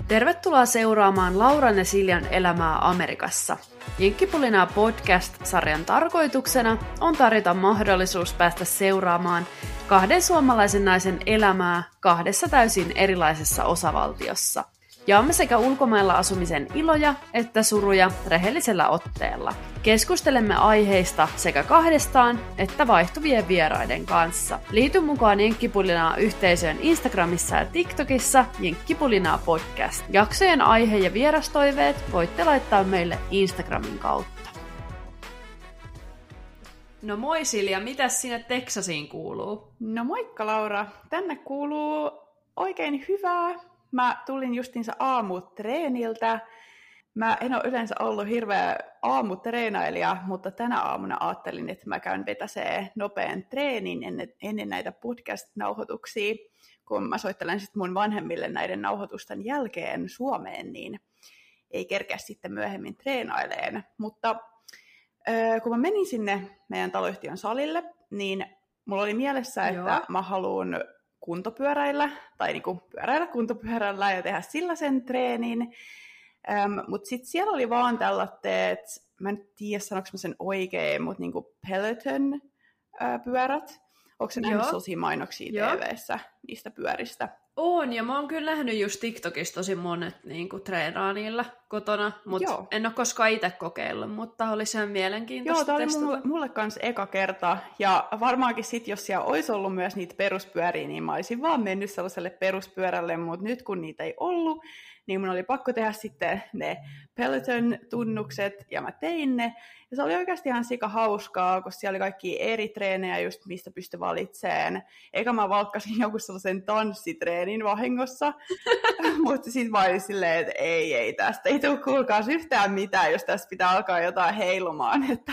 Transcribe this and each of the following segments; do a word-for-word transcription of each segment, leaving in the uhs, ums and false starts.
Tervetuloa seuraamaan Lauran ja Siljan elämää Amerikassa. Jenkkipulinaa podcast-sarjan tarkoituksena on tarjota mahdollisuus päästä seuraamaan kahden suomalaisen naisen elämää kahdessa täysin erilaisessa osavaltiossa. Jaamme sekä ulkomailla asumisen iloja että suruja rehellisellä otteella. Keskustelemme aiheista sekä kahdestaan että vaihtuvien vieraiden kanssa. Liity mukaan Jenkkipulinaa yhteisöön Instagramissa ja TikTokissa Jenkkipulinaa podcast. Jaksojen aihe- ja vierastoiveet voitte laittaa meille Instagramin kautta. No moi Silja, mitäs sinne Teksasiin kuuluu? No moikka Laura, tänne kuuluu oikein hyvää. Mä tulin justiinsa aamutreeniltä. Mä en ole yleensä ollut hirveä aamutreenailija, mutta tänä aamuna ajattelin, että mä käyn vetäsee nopean treenin ennen, ennen näitä podcast-nauhoituksia. Kun mä soittelen sitten mun vanhemmille näiden nauhoitusten jälkeen Suomeen, niin ei kerkeä sitten myöhemmin treenaileen. Mutta äh, kun mä menin sinne meidän taloyhtiön salille, niin mulla oli mielessä, että Joo. mä haluan kuntopyöräillä, tai niinku pyöräillä kuntopyörällä ja tehdä sillä sen treenin. Ähm, mutta sitten siellä oli vaan tällaiset, mä en tiedä sanoinko mä sen oikein, mutta niinku Peloton-pyörät. Onko se nähnyt sellaisia mainoksia T V:ssä niistä pyöristä? On, ja mä oon kyllä nähnyt just TikTokissa tosi monet niin treenaa niillä kotona, mutta en ole koskaan itse kokeillut, mutta oli sen mielenkiintoista. Joo, tämä oli mulle, mulle kans eka kerta, ja varmaankin sit, jos siellä olisi ollut myös niitä peruspyöriä, niin mä olisin vaan mennyt sellaiselle peruspyörälle, mutta nyt kun niitä ei ollut, niin mun oli pakko tehdä sitten ne Peloton-tunnukset, ja mä tein ne. Ja se oli oikeasti ihan sika hauskaa, koska siellä oli kaikki eri treenejä, just mistä pystyi valitseen. Eikä mä valkkasin joku sellaisen tanssitreenin vahingossa, mutta sitten mä olin silleen, että ei, ei, tästä ei tule kuulkaas yhtään mitään, jos tästä pitää alkaa jotain heilumaan. Että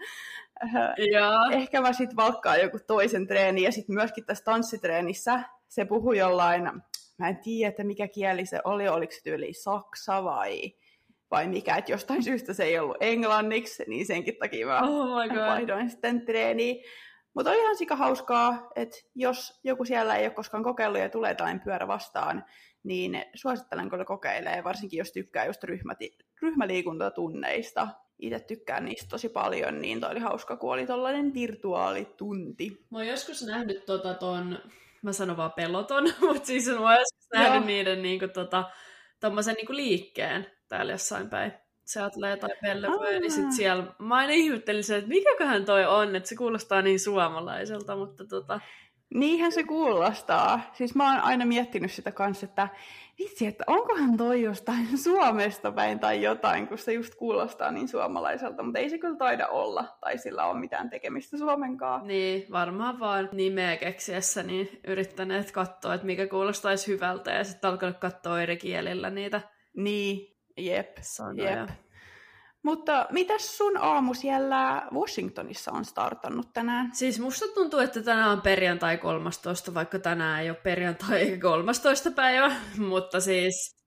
ehkä mä sitten valkkaan joku toisen treenin, ja sitten myöskin tässä tanssitreenissä se puhui jollain, mä en tiedä, että mikä kieli se oli, oliko se tyyli saksa vai... vai mikä, että jostain syystä se ei ollut englanniksi, niin senkin takia mä oh vaihdoin sitten treeniin. Mutta oli ihan sika hauskaa, että jos joku siellä ei ole koskaan kokeillut ja tulee jotain pyörä vastaan, niin suosittelen kyllä kokeilee, varsinkin jos tykkää just ryhmäti- ryhmäliikuntatunneista. Itse tykkään niistä tosi paljon, niin toi oli hauska, kun oli tollainen virtuaalitunti. Mä oon joskus nähnyt tota ton, mä sanon vaan Peloton, mutta siis mä oon joskus nähnyt Joo. niiden niinku tota, tommosen niinku liikkeen täällä jossain päin. Se atlee tai pellevyö, niin sit siellä mä aina ihmettelin sen, että mikäköhän toi on, että se kuulostaa niin suomalaiselta, mutta tota... Niinhän se kuulostaa. Siis mä oon aina miettinyt sitä kanssa, että vitsi, että onkohan toi jostain Suomesta päin tai jotain, kun se just kuulostaa niin suomalaiselta, mutta ei se kyllä taida olla, tai sillä ole mitään tekemistä Suomenkaan. Niin, varmaan vaan nimeä keksiessä niin yrittäneet katsoa, että mikä kuulostaisi hyvältä, ja sitten alkanut katsoa eri kielillä niitä. Niin, jep, sanoja. jep. Mutta mitäs sun aamu siellä Washingtonissa on startannut tänään? Siis musta tuntuu, että tänään on perjantai kolmastoista, vaikka tänään ei ole perjantai eikä kolmastoista päivä, mutta siis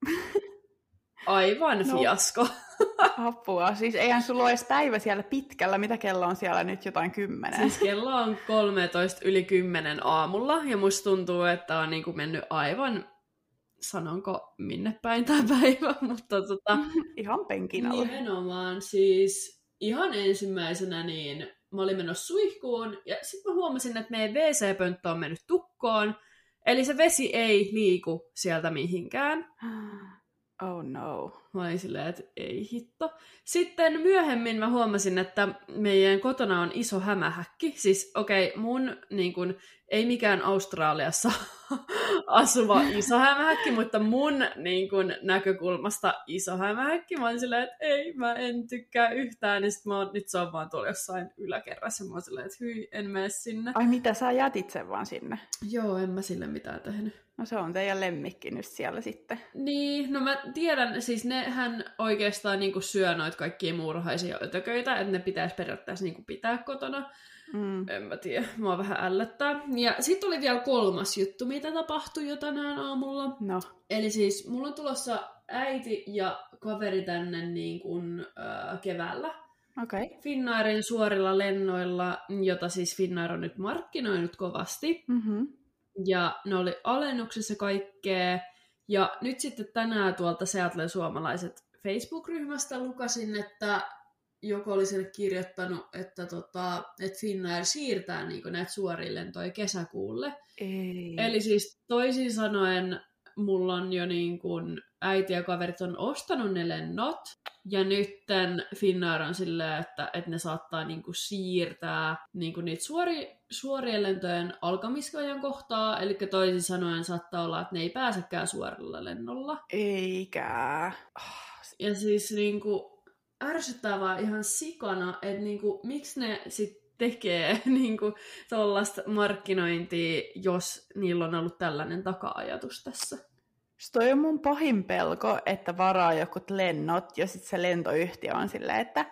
aivan no. fiasko. Apua, siis eihän sulla ole edes päivä siellä pitkällä, mitä kello on siellä nyt jotain kymmenen? Siis kello on kolmetoista yli kymmenen aamulla, ja musta tuntuu, että on niinku mennyt aivan... sanonko minne päin tämä päivä, mutta tota... Ihan penkin alle. Nimenomaan, siis ihan ensimmäisenä niin mä olin menossa suihkuun, ja sitten mä huomasin, että meidän wee see-pönttö on mennyt tukkoon, eli se vesi ei liiku sieltä mihinkään. Oh no. Mä olin silleen, että ei hitto. Sitten myöhemmin mä huomasin, että meidän kotona on iso hämähäkki. Siis okei, okay, mun niin kun, ei mikään Australiassa asuva iso hämähäkki, mutta mun niin kun, näkökulmasta iso hämähäkki. Mä olin silleen, että ei, mä en tykkää yhtään. Ja sit mä oon, nyt se on vaan tuolla jossain yläkerrassa. Mä oon silleen, että hyi, en mene sinne. Ai mitä, sä jätit sen vaan sinne? Joo, en mä sille mitään tehnyt. No se on teidän lemmikki nyt siellä sitten. Niin, no mä tiedän, siis nehän oikeastaan niinku syö noita kaikkia muurahaisia ötököitä, että ne pitäisi periaatteessa niinku pitää kotona. Mm. En mä tiedä, mua vähän ällöttää. Ja sitten oli vielä kolmas juttu, mitä tapahtui jo tänään aamulla. No. Eli siis mulla on tulossa äiti ja kaveri tänne niin kuin, äh, keväällä. Okay. Finnairin suorilla lennoilla, jota siis Finnair on nyt markkinoinut kovasti. Mm-hmm. Ja ne oli alennuksessa kaikkea. Ja nyt sitten tänään tuolta Seattlen suomalaiset Facebook-ryhmästä lukasin, että joku oli sille kirjoittanut, että, tota, että Finnair siirtää niin kuin näitä suoria lentoja kesäkuulle. Ei. Eli siis toisin sanoen mulla on jo niin kuin äiti ja kaverit on ostanut ne lennot, ja nytten Finnair on silleen, että, että ne saattaa niin kuin siirtää niin kuin niitä suori, suorien lentojen alkamisajan kohtaa, eli toisin sanoen saattaa olla, että ne ei pääsekään suoralla lennolla. Eikä. Ja siis niin kuin ärsyttää vaan ihan sikana, että niin kuin, miksi ne sit tekee niin kuin tollaista markkinointia, jos niillä on ollut tällainen taka-ajatus tässä. Se toi on mun pahin pelko, että varaa jokut lennot, ja sitten se lentoyhtiö on silleen, että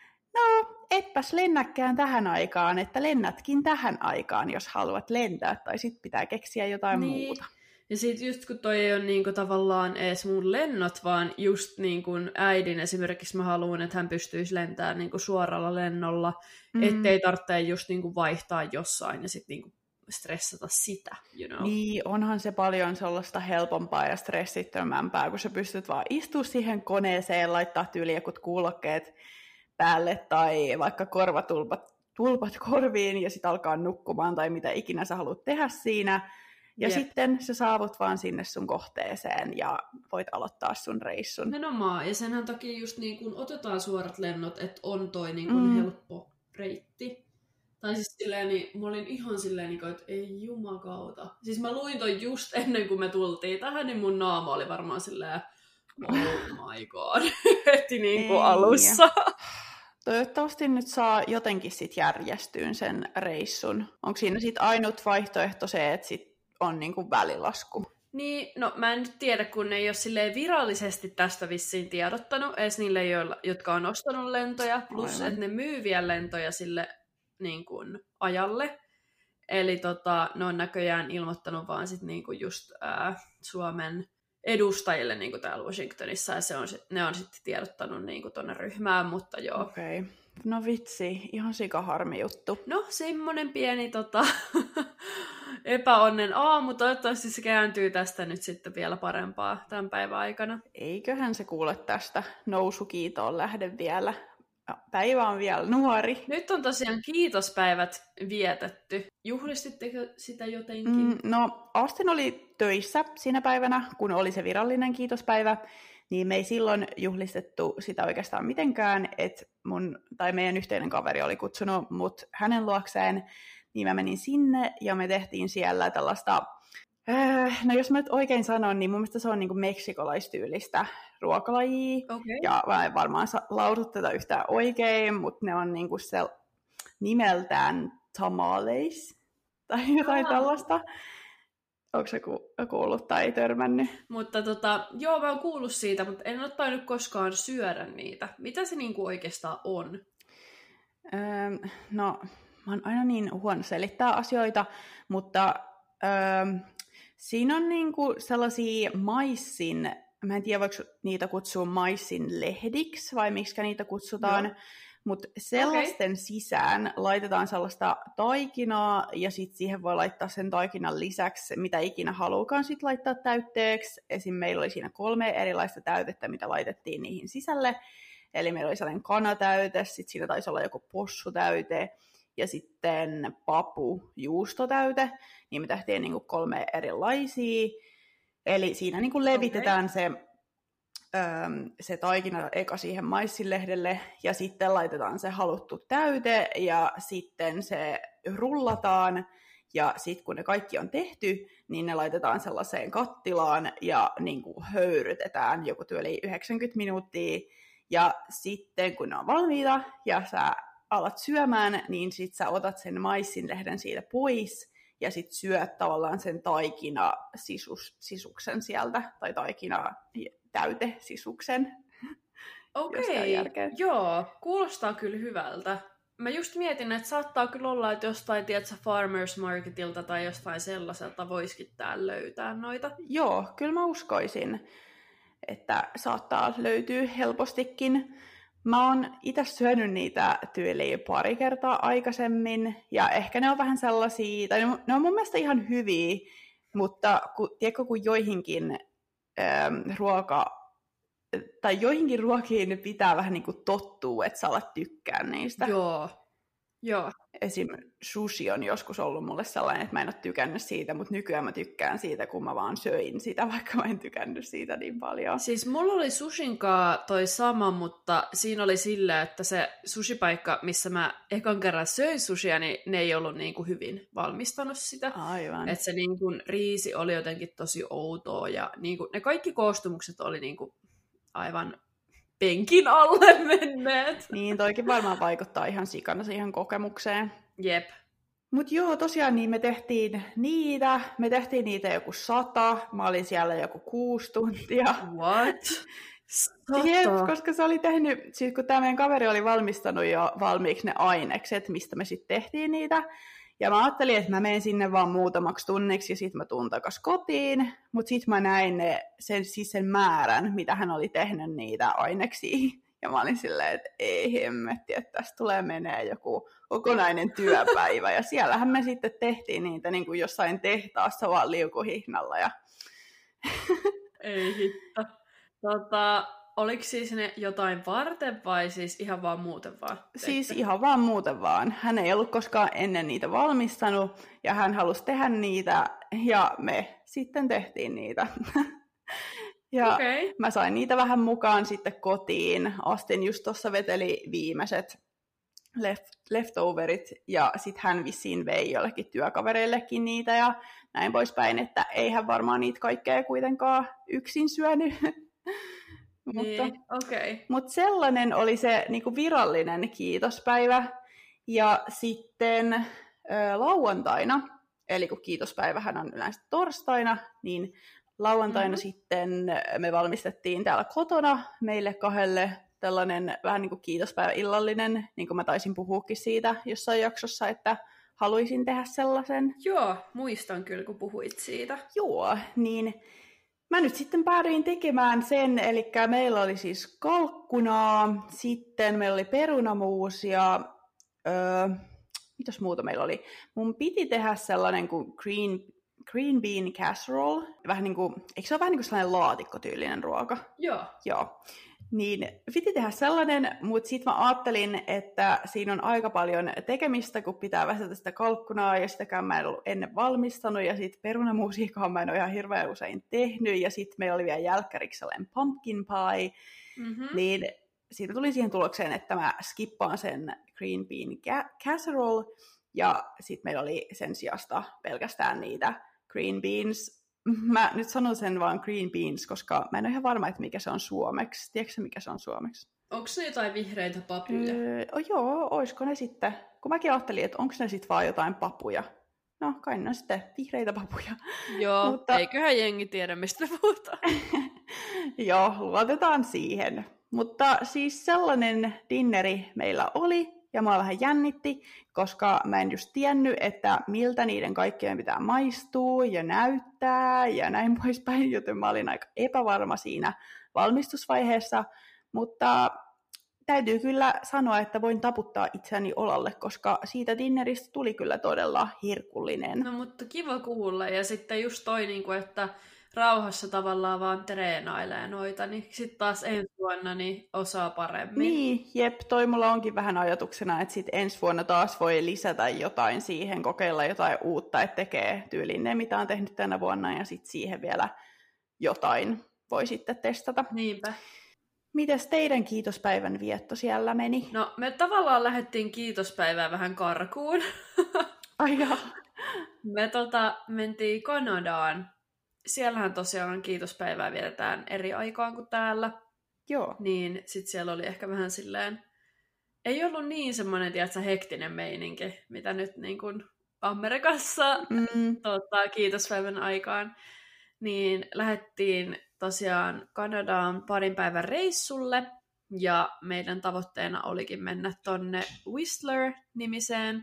no, etpäs lennäkään tähän aikaan, että lennätkin tähän aikaan, jos haluat lentää, tai sit pitää keksiä jotain niin. muuta. Ja sit just kun toi ei ole niinku tavallaan edes mun lennot, vaan just niinku äidin esimerkiksi mä haluan, että hän pystyisi lentämään niinku suoralla lennolla, mm. ettei tarvitse just niinku vaihtaa jossain ja sit niinku stressata sitä, you know. Niin, onhan se paljon sellaista helpompaa ja stressittömämpää, kun sä pystyt vaan istua siihen koneeseen, laittaa tyyliin jokut kuulokkeet päälle tai vaikka korvatulpat tulpat korviin ja sit alkaa nukkumaan tai mitä ikinä sä haluat tehdä siinä. Ja Jep. sitten sä saavut vaan sinne sun kohteeseen ja voit aloittaa sun reissun. Nimenomaan, ja senhän takia just niin kun otetaan suorat lennot, että on toi niin kun mm. helppo reitti. Tai siis silleen, niin mä olin ihan silleen, niin kuin, että ei jumakauta. Siis mä luin toi just ennen kuin me tultiin tähän, niin mun naama oli varmaan silleen, oh my god, heti niin kuin alussa. Toivottavasti nyt saa jotenkin sit järjestyyn sen reissun. Onko siinä sit ainut vaihtoehto se, että sit on niin kuin välilasku? Niin, no mä en nyt tiedä, kun ne ei ole silleen virallisesti tästä vissiin tiedottanut, edes niille, jotka on ostanut lentoja, plus Aivan. että ne myy vielä lentoja sille niin kuin ajalle. Eli tota, ne on näköjään ilmoittanut vaan sit niin kuin just ää, Suomen edustajille niin kuin täällä Washingtonissa, ja se on sit, ne on sitten tiedottanut niin kuin tuonne ryhmään, mutta joo. Okei. Okay. No vitsi, ihan sikaharmi juttu. No, semmonen pieni tota, epäonnen aamu. Toivottavasti se kääntyy tästä nyt sitten vielä parempaa tämän päivän aikana. Eiköhän se kuule tästä nousukiitoon lähde vielä. Päivä on vielä nuori. Nyt on tosiaan kiitospäivät vietetty. Juhlistitteko sitä jotenkin? Mm, no, Austin oli töissä siinä päivänä, kun oli se virallinen kiitospäivä. Niin me ei silloin juhlistettu sitä oikeastaan mitenkään, että mun, tai meidän yhteinen kaveri oli kutsunut mut hänen luokseen, niin mä menin sinne ja me tehtiin siellä tällaista, äh, no jos mä nyt oikein sanon, niin mun mielestä se on niinku meksikolaistyylistä ruokalajia, okay. Ja mä en varmaan lausu tätä yhtään oikein, mutta ne on niinku se nimeltään tamales, tai jotain ah. tällaista. Onko se kuullut tai törmännyt? Mutta tota, joo, mä oon kuullut siitä, mutta en ole tainnut koskaan syödä niitä. Mitä se niinku oikeastaan on? Öö, no, mä oon aina niin huono selittää asioita, mutta öö, siinä on niinku sellaisia maissin, mä en tiedä voiko niitä kutsua maissin lehdiksi vai miksi niitä kutsutaan, no. Mutta sellaisten okay. sisään laitetaan sellaista taikinaa, ja sitten siihen voi laittaa sen taikinan lisäksi, mitä ikinä haluukaan sit laittaa täytteeksi. Esim. Meillä oli siinä kolme erilaista täytettä, mitä laitettiin niihin sisälle. Eli meillä oli sellainen kanatäyte, sitten siinä taisi olla joku possutäyte, ja sitten papu juustotäyte. Niin me tehtiin niinku kolme erilaisia. Eli siinä niinku levitetään okay. se... se taikina eka siihen maissinlehdelle, ja sitten laitetaan se haluttu täyte, ja sitten se rullataan, ja sitten kun ne kaikki on tehty, niin ne laitetaan sellaiseen kattilaan, ja niin kuin höyrytetään joku tyyli yhdeksänkymmentä minuuttia, ja sitten kun ne on valmiita, ja sä alat syömään, niin sit sä otat sen maissinlehden siitä pois, ja sit syöt tavallaan sen taikina sisus, sisuksen sieltä, tai taikina täytesisuksen. Okei, okay. Joo, kuulostaa kyllä hyvältä. Mä just mietin, että saattaa kyllä olla, että jostain, tiedätkö, Farmers Marketilta tai jostain sellaiselta voisikin täällä löytää noita. Joo, kyllä mä uskoisin, että saattaa löytyä helpostikin. Mä oon itse syönyt niitä tyyliin pari kertaa aikaisemmin, ja ehkä ne on vähän sellaisia, tai ne on mun mielestä ihan hyviä, mutta kun, tiedätkö, kun joihinkin ähm, ruoka, tai joihinkin ruokiin pitää vähän niin kuin tottua, että sä alat tykkää niistä. Joo. Joo. Esim. Sushi on joskus ollut mulle sellainen, että mä en ole tykännyt siitä, mutta nykyään mä tykkään siitä, kun mä vaan söin sitä, vaikka mä en tykännyt siitä niin paljon. Siis mulla oli sushinkaan toi sama, mutta siinä oli sillä, että se sushipaikka, missä mä ekan kerran söin sushia, niin ne ei ollut niin kuin hyvin valmistanut sitä. Aivan. Että se niin kuin riisi oli jotenkin tosi outoa ja niin kuin, ne kaikki koostumukset oli niin kuin aivan penkin alle menneet. Niin, toikin varmaan vaikuttaa ihan sikana siihen kokemukseen. Jep. Mut joo, tosiaan niin me tehtiin niitä. Me tehtiin niitä joku sata. Mä olin siellä joku kuusi tuntia. What? Sata? Jep, koska se oli tehnyt, siis kun tämä meidän kaveri oli valmistanut jo valmiiksi ne ainekset, mistä me sitten tehtiin niitä. Ja mä ajattelin, että mä menen sinne vaan muutamaksi tunniksi ja sitten mä tuun takas kotiin. Mutta sitten mä näin ne, sen, siis sen määrän, mitä hän oli tehnyt niitä aineksia. Ja mä olin silleen, että ei hemmetti, että tästä tulee menee joku kokonainen työpäivä. Ja siellähän me sitten tehtiin niitä niin kuin jossain tehtaassa vaan liukuhihnalla. Ja... Ei hitto. Tota, oliko siis ne jotain varten vai siis ihan vaan muuten vaan? Teitte? Siis ihan vaan muuten vaan. Hän ei ollut koskaan ennen niitä valmistanut ja hän halusi tehdä niitä ja me sitten tehtiin niitä. Ja okay. Mä sain niitä vähän mukaan sitten kotiin. Astin just tuossa veteli viimeiset left, leftoverit ja sitten hän vissiin vei jollekin työkavereillekin niitä ja näin poispäin, että ei hän varmaan niitä kaikkea kuitenkaan yksin syönyt. Niin, mutta, okay. mutta sellainen oli se niinku virallinen kiitospäivä. Ja sitten ö, lauantaina, eli kun kiitospäivähän on yleensä torstaina, niin lauantaina mm-hmm. sitten me valmistettiin täällä kotona meille kahdelle tällainen vähän niin kuin kiitospäivä illallinen, niin kuin mä taisin puhuakin siitä jossain jaksossa, että haluaisin tehdä sellaisen. Joo, muistan kyllä, kun puhuit siitä. Joo, niin mä nyt sitten päädyin tekemään sen, eli meillä oli siis kalkkunaa, sitten meillä oli perunamuusi ja öö, mitäs muuta meillä oli? Mun piti tehdä sellainen kuin green, green bean casserole, vähän niin kuin, eikö se ole vähän niin kuin sellainen laatikkotyylinen ruoka? Joo. Joo. Niin piti tehdä sellainen, mutta sitten mä ajattelin, että siinä on aika paljon tekemistä, kun pitää väsätä sitä kalkkunaa, ja sitäkään mä en ollut ennen valmistanut, ja sitten perunamuusiikaa mä en ole ihan hirveän usein tehnyt, ja sitten meillä oli vielä jälkkäriksi sellainen pumpkin pie, mm-hmm. niin siitä tuli siihen tulokseen, että mä skippaan sen green bean casserole, ja sitten meillä oli sen sijasta pelkästään niitä green beans. Mä nyt sanon sen vaan green beans, koska mä en ole ihan varma, että mikä se on suomeksi. Tiedätkö sä, mikä se on suomeksi? Onko ne jotain vihreitä papuja? Öö, oh joo, oisko ne sitten? Kun mäkin ajattelin, että onko ne sitten vaan jotain papuja. No, kai ne on sitten vihreitä papuja. Joo, mutta... eiköhän jengi tiedä, mistä puhutaan. Joo, luotetaan siihen. Mutta siis sellainen dinneri meillä oli. Ja mua vähän jännitti, koska mä en just tiennyt, että miltä niiden kaikkien pitää maistua ja näyttää ja näin poispäin, joten mä olin aika epävarma siinä valmistusvaiheessa, mutta täytyy kyllä sanoa, että voin taputtaa itseäni olalle, koska siitä dinneristä tuli kyllä todella herkullinen. No mutta kiva kuulla, ja sitten just toi, että rauhassa tavallaan vaan treenailee noita, niin sitten taas ensi vuonna niin osaa paremmin. Niin, jep, toi mulla onkin vähän ajatuksena, että sitten ensi vuonna taas voi lisätä jotain siihen, kokeilla jotain uutta, että tekee tyyliin ne, mitä on tehnyt tänä vuonna, ja sitten siihen vielä jotain voi sitten testata. Niinpä. Mites teidän kiitospäivän vietto siellä meni? No, me tavallaan lähdettiin kiitospäivään vähän karkuun. Ai jaa. Me tota, mentiin Kanadaan. Siellähän tosiaan kiitospäivää vietetään eri aikaan kuin täällä. Joo. Niin sit siellä oli ehkä vähän silleen, ei ollut niin semmoinen, tiedätkö, hektinen meininki, mitä nyt niin kuin Amerikassa mm. tota, kiitospäivän aikaan. Niin lähdettiin tosiaan Kanadaan parin päivän reissulle, ja meidän tavoitteena olikin mennä tonne Whistler-nimiseen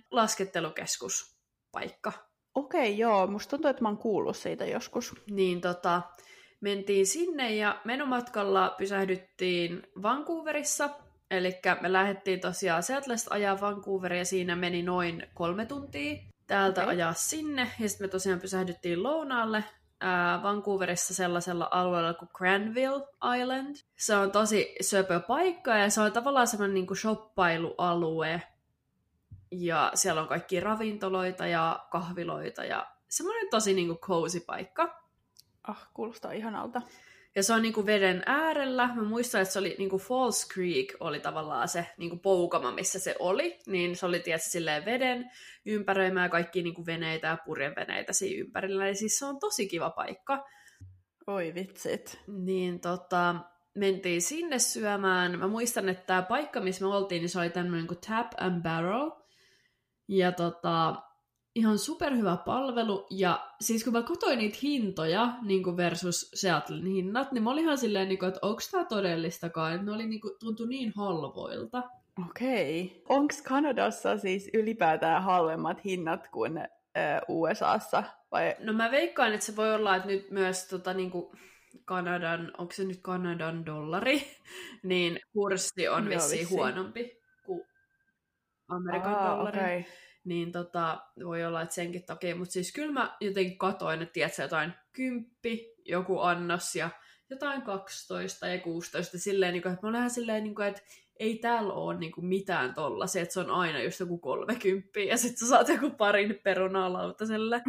laskettelukeskuspaikka. Okei, joo. Musta tuntuu, että mä oon kuullut siitä joskus. Niin tota, mentiin sinne ja menomatkalla pysähdyttiin Vancouverissa. Eli me lähdettiin tosiaan Seattlesta ajaa Vancouveriin ja siinä meni noin kolme tuntia täältä okay. ajaa sinne. Ja sitten me tosiaan pysähdyttiin lounaalle ää, Vancouverissa sellaisella alueella kuin Granville Island. Se on tosi söpö paikka ja se on tavallaan semmoinen niin kuin shoppailualue. Ja siellä on kaikki ravintoloita ja kahviloita ja semmoinen tosi niin kuin cozy paikka. Ah, kuulostaa ihanalta. Ja se on niinku veden äärellä. Mä muistan, että se oli niinku Falls Creek oli tavallaan se niinku poukama, missä se oli. Niin se oli tietysti silleen veden ympäröimää kaikki niinku veneitä ja purjeveneitä siinä ympärillä. Ja siis se on tosi kiva paikka. Oi vitsit. Niin tota, mentiin sinne syömään. Mä muistan, että tämä paikka, missä me oltiin, niin se oli tämmöinen kuin Tap and Barrel. Ja tota... ihan superhyvä palvelu, ja siis kun mä katsoin niitä hintoja niin kuin versus Seattlein hinnat, niin mä olin ihan silleen, että onko tämä todellistakaan, ne oli, niin kuin, tuntui niin halvoilta. Okei. Onko Kanadassa siis ylipäätään halvemmat hinnat kuin äh, U S A:ssa? Vai? No mä veikkaan, että se voi olla, että nyt myös tota, niin kuin Kanadan, onko se nyt Kanadan dollari, niin kurssi on vissiin huonompi kuin Amerikan Aa, dollari. Okay. Niin tota, voi olla, että senkin takia. Mutta siis kyllä mä jotenkin katoin, että tiedätkö, jotain kymppi, joku annos ja jotain kaksitoista ja kuusitoista. Silleen, niin kuin, että mä olen ihan silleen, niin kuin, että ei täällä ole niin kuin mitään tollasia, että se on aina just joku kolmekymppiä ja sit sä saat joku parin perunaa lautaselle.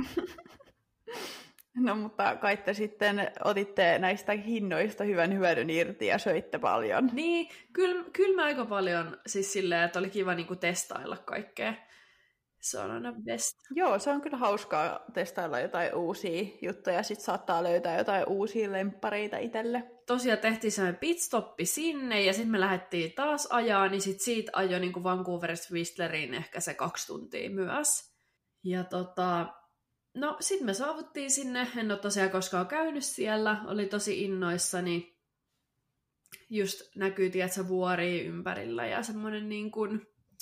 No mutta kai te sitten otitte näistä hinnoista hyvän hyödyn irti ja söitte paljon. Niin, kyllä, kyllä mä aika paljon siis silleen, että oli kiva niin kuin testailla kaikkea. Se on aina best. Joo, se on kyllä hauskaa testailla jotain uusia juttuja, sit saattaa löytää jotain uusia lemppareita itselle. Tosiaan tehtiin sellainen pitstoppi sinne, ja sitten me lähdettiin taas ajaa, niin sit siitä ajoi niin Vancouverista Whistleriin ehkä se kaksi tuntia myös. Ja tota, no sitten me saavuttiin sinne, en ole tosiaan koskaan käynyt siellä, oli tosi innoissani. Just näkyy, tiedätkö, vuoria ympärillä ja semmoinen niin kuin...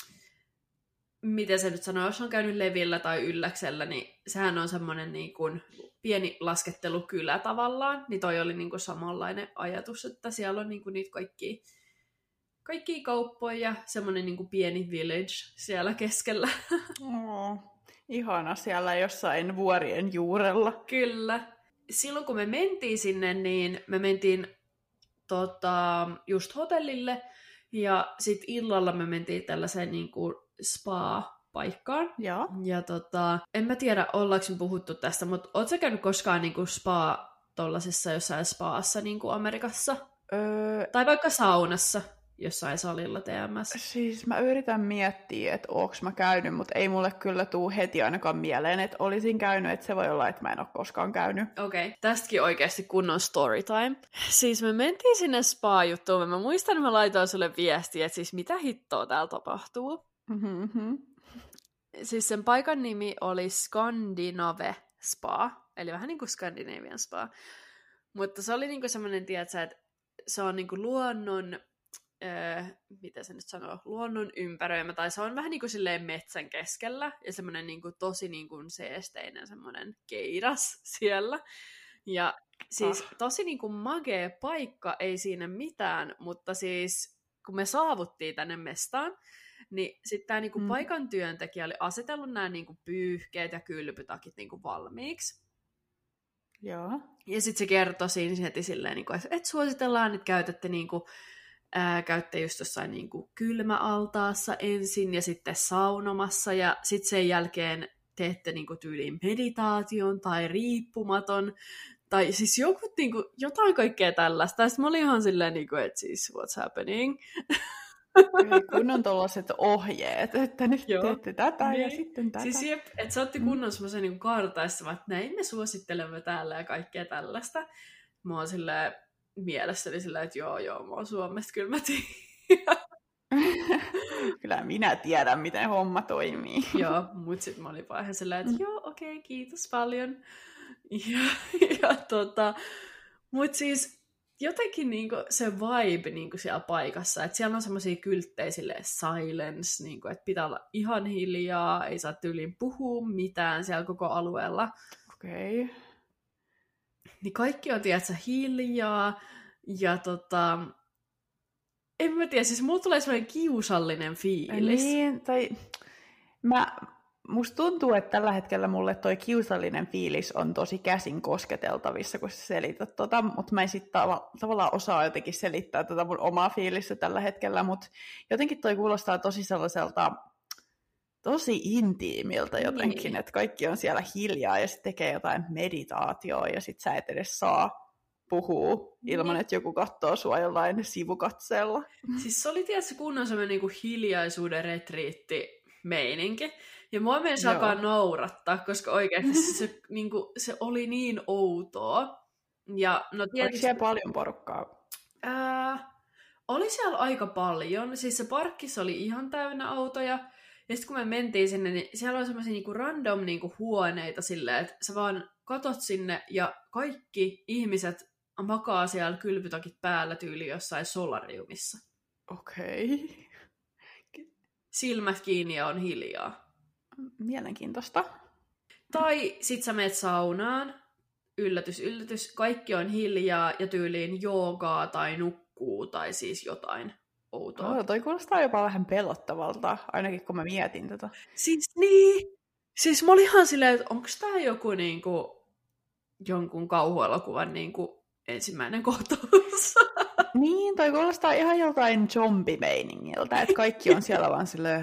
miten se nyt sanoo, jos on käynyt Levillä tai Ylläksellä, niin sehän on semmoinen niin kuin pieni laskettelukylä tavallaan, niin toi oli niin kuin samanlainen ajatus, että siellä on niin kuin niitä kaikkia, kaikkia kauppoja ja semmoinen niin kuin pieni village siellä keskellä. Oh, ihana siellä jossain vuorien juurella. Kyllä. Silloin kun me mentiin sinne, niin me mentiin tota, just hotellille ja sitten illalla me mentiin tällaiseen niin kuin spa-paikkaan. Joo. Ja tota, en mä tiedä, ollaanko me puhuttu tästä, mutta ootko sä käynyt koskaan niinku spa tollasessa jossain spaassa niinku Amerikassa? Öö, Tai vaikka saunassa jossain salilla T M S? siis mä yritän miettiä, että oonko mä käynyt, mutta ei mulle kyllä tuu heti ainakaan mieleen, että olisin käynyt, että se voi olla, että mä en ole koskaan käynyt. Okei, okay. Tästäkin oikeasti kunnon story time. Siis me mentiin sinne spa-juttuun, mä muistan, että mä laitoin sulle viestiä, että siis mitä hittoa täällä tapahtuu. Mm-hmm. Siis sen paikan nimi oli Scandinave Spa, eli vähän niin kuin Scandinavian Spa. Mutta se oli niinku semmoinen, tiedätkö, että se on niinku luonnon, öö, mitä se nyt sanoo, luonnon ympäröimä, tai se on vähän niin kuin silleen metsän keskellä, ja semmoinen niinku tosi niinku seesteinen semmoinen keidas siellä. Ja siis ah. tosi niinku magea paikka, ei siinä mitään, mutta siis kun me saavuttiin tänne mestaan, niin sitten tämä niinku mm. paikan työntekijä oli asetellut nämä niinku pyyhkeet ja kylpytakit niinku valmiiksi. Joo. Ja sitten se kertoi siinä heti silleen, niinku, että et suositellaan, että käytätte, niinku, ää, käytte just jossain niinku kylmäaltaassa ensin ja sitten saunomassa ja sitten sen jälkeen teette niinku tyyliin meditaation tai riippumaton. Tai siis joku, niinku, jotain kaikkea tällaista. Ja sitten mä olin ihan silleen, niinku, että siis what's happening? Kun on tuollaiset ohjeet, että nyt Joo. teette tätä niin. ja sitten tätä. Siis jep, että se otti kunnon semmoisen niin kartaissa, että näin me suosittelemme täällä ja kaikkea tällaista. Mä oon silleen mielessäni silleen, että joo joo, mä oon Suomesta, kyllä mä tiedän. Kyllä minä tiedän, miten homma toimii. Joo, mut sit mä olin vaan ihan silleen, että joo, okei, okay, kiitos paljon. Ja, ja tota, mut siis jotenkin niinku se vibe niinku siellä paikassa, että siellä on semmoisia kylttejä silleen silence, niinku, että pitää olla ihan hiljaa, ei saa tyyliin puhua mitään siellä koko alueella. Okei. Okay. Niin kaikki on, tiedätkö, hiljaa, ja tota, en mä tiedä, siis mulla tulee semmoinen kiusallinen fiilis. Niin, tai mä, musta tuntuu, että tällä hetkellä mulle toi kiusallinen fiilis on tosi käsin kosketeltavissa, kun sä selität tota, mutta mä en sitten tav- tavallaan osaa jotenkin selittää tätä mun omaa fiilistä tällä hetkellä, mutta jotenkin toi kuulostaa tosi sellaiselta tosi intiimiltä jotenkin, niin. Että kaikki on siellä hiljaa ja sitten tekee jotain meditaatioa ja sit sä et edes saa puhua ilman, niin. Että joku katsoo sua jollain sivukatseella. Siis se oli tietysti kunnon semmoinen niinku hiljaisuuden retriitti meininki. Ja mua myös alkaa naurattaa, koska oikeasti se, niinku, se oli niin outoa. Ja, no, tietysti, oliko siellä paljon porukkaa? Ää, oli siellä aika paljon. Siis se parkkis oli ihan täynnä autoja. Ja sitten kun me mentiin sinne, niin siellä oli semmoisia niinku random niinku huoneita silleen, että sä vaan katot sinne ja kaikki ihmiset makaa siellä kylpytakit päällä tyyli jossain solariumissa. Okei. Okay. Silmät kiinni ja on hiljaa. Mielenkiintoista. Tai sit sä meet saunaan, yllätys, yllätys, kaikki on hiljaa ja tyyliin joogaa tai nukkuu tai siis jotain outoa. Oh, toi kuulostaa jopa vähän pelottavalta, ainakin kun mä mietin tätä. Siis niin, siis mä olin ihan silleen, että onko tää joku niinku, jonkun kauhuelokuvan niinku ensimmäinen kohtaus? Niin, toi kuulostaa ihan jotain zombimeiningiltä, että kaikki on siellä vaan silleen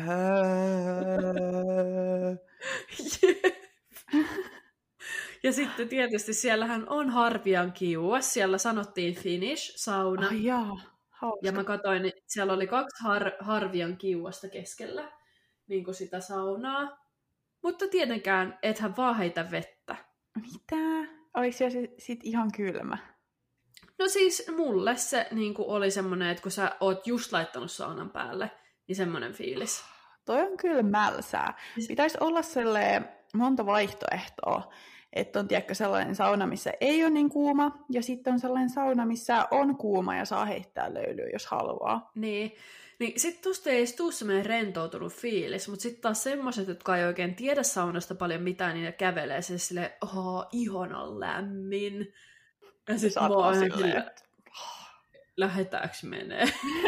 ja sitten tietysti siellähän on Harvian kiuas, siellä sanottiin Finnish sauna. Ai jaa, hauska. Ja mä katsoin, että siellä oli kaksi har- Harvian kiuasta keskellä, niin kuin sitä saunaa. Mutta tietenkään ethän vaan heitä vettä. Mitä? Oliko siellä sitten ihan kylmä? No siis mulle se niin kuin oli semmoinen, että kun sä oot just laittanut saunan päälle, niin semmoinen fiilis. Toi on kyllä mälsää. Pitäisi olla sellainen monta vaihtoehtoa. Että on tiedätkö, sellainen sauna, missä ei ole niin kuuma, ja sitten on sellainen sauna, missä on kuuma ja saa heittää löylyä, jos haluaa. Niin, niin sitten tuosta ei edes tule semmoinen rentoutunut fiilis, mutta sitten taas semmoiset, jotka ei oikein tiedä saunasta paljon mitään, niin ne kävelee se silleen, oho, ihana lämmin. Ja sitten mä oon silleen, että lähetäänkö menee?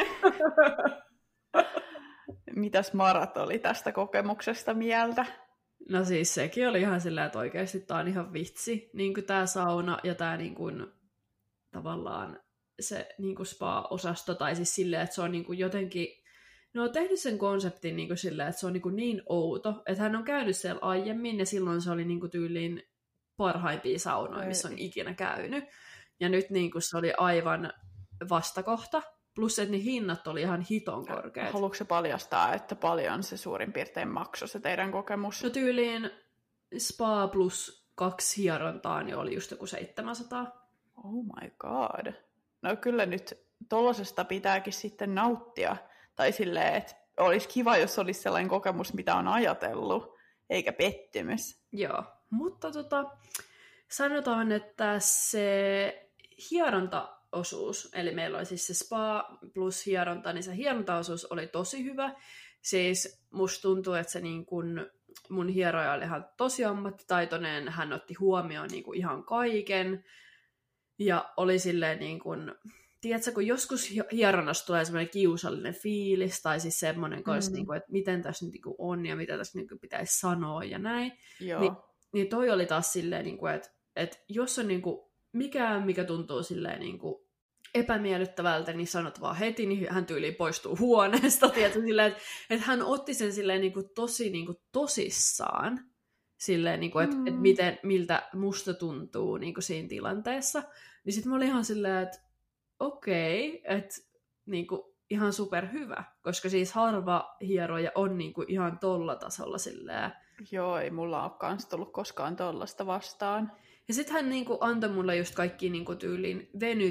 Mitäs Marat oli tästä kokemuksesta mieltä? No siis sekin oli ihan sillä, että oikeasti tää on ihan vitsi, niin kuin tää sauna ja tää niin kuin, tavallaan se niin kuin spa-osasto, tai siis silleen, että se on niin kuin jotenkin, ne on tehnyt sen konseptin niin kuin silleen, että se on niin, kuin niin outo, että hän on käynyt siellä aiemmin, ja silloin se oli niin kuin tyyliin parhaimpia saunoja, missä on ikinä käynyt, ja nyt niin kuin se oli aivan vastakohta, plus että ne hinnat oli ihan hiton korkeat. Haluatko se paljastaa, että paljon se suurin piirtein maksoi se teidän kokemus? No tyyliin spa plus kaksi hierontaa, niin oli just joku seitsemänsataa. Oh my god. No kyllä nyt tollasesta pitääkin sitten nauttia. Tai silleen, että olisi kiva, jos olisi sellainen kokemus, mitä on ajatellut, eikä pettymys. Joo, mutta tota, sanotaan, että se hieronta osuus, eli meillä oli siis se spa plus hieronta, niin se hierontaosuus oli tosi hyvä. Siis musta tuntuu, että se niin kun, mun hieroja oli ihan tosi ammattitaitoinen, hän otti huomioon niin kun ihan kaiken, ja oli silleen niin kun, tiedätkö, kun joskus hieronnassa tulee semmoinen kiusallinen fiilis, tai siis semmoinen, mm. niin kun, että miten tässä nyt niin on, ja mitä tässä niin pitäisi sanoa, ja näin, Ni, niin toi oli taas silleen, niin kun, että, että jos on niin kun, mikään, mikä tuntuu silleen niin kuin epämiellyttävältä, niin sanot vaan heti, niin hän tyyliin poistuu huoneesta. Tietysti, silleen, että, että hän otti sen silleen niin kuin tosi niin kuin tosissaan, silleen, niin kuin, että, mm. että miten, miltä musta tuntuu niin kuin siinä tilanteessa. Niin sitten mä olin ihan silleen, että okei, okay, että niin kuin, ihan superhyvä, koska siis harva hieroja on niin kuin ihan tolla tasolla silleen. Joo, ei mulla ole kans tullut koskaan tollasta vastaan. Ja sitten hän niinku antoi mulle just kaikki niinku tyylin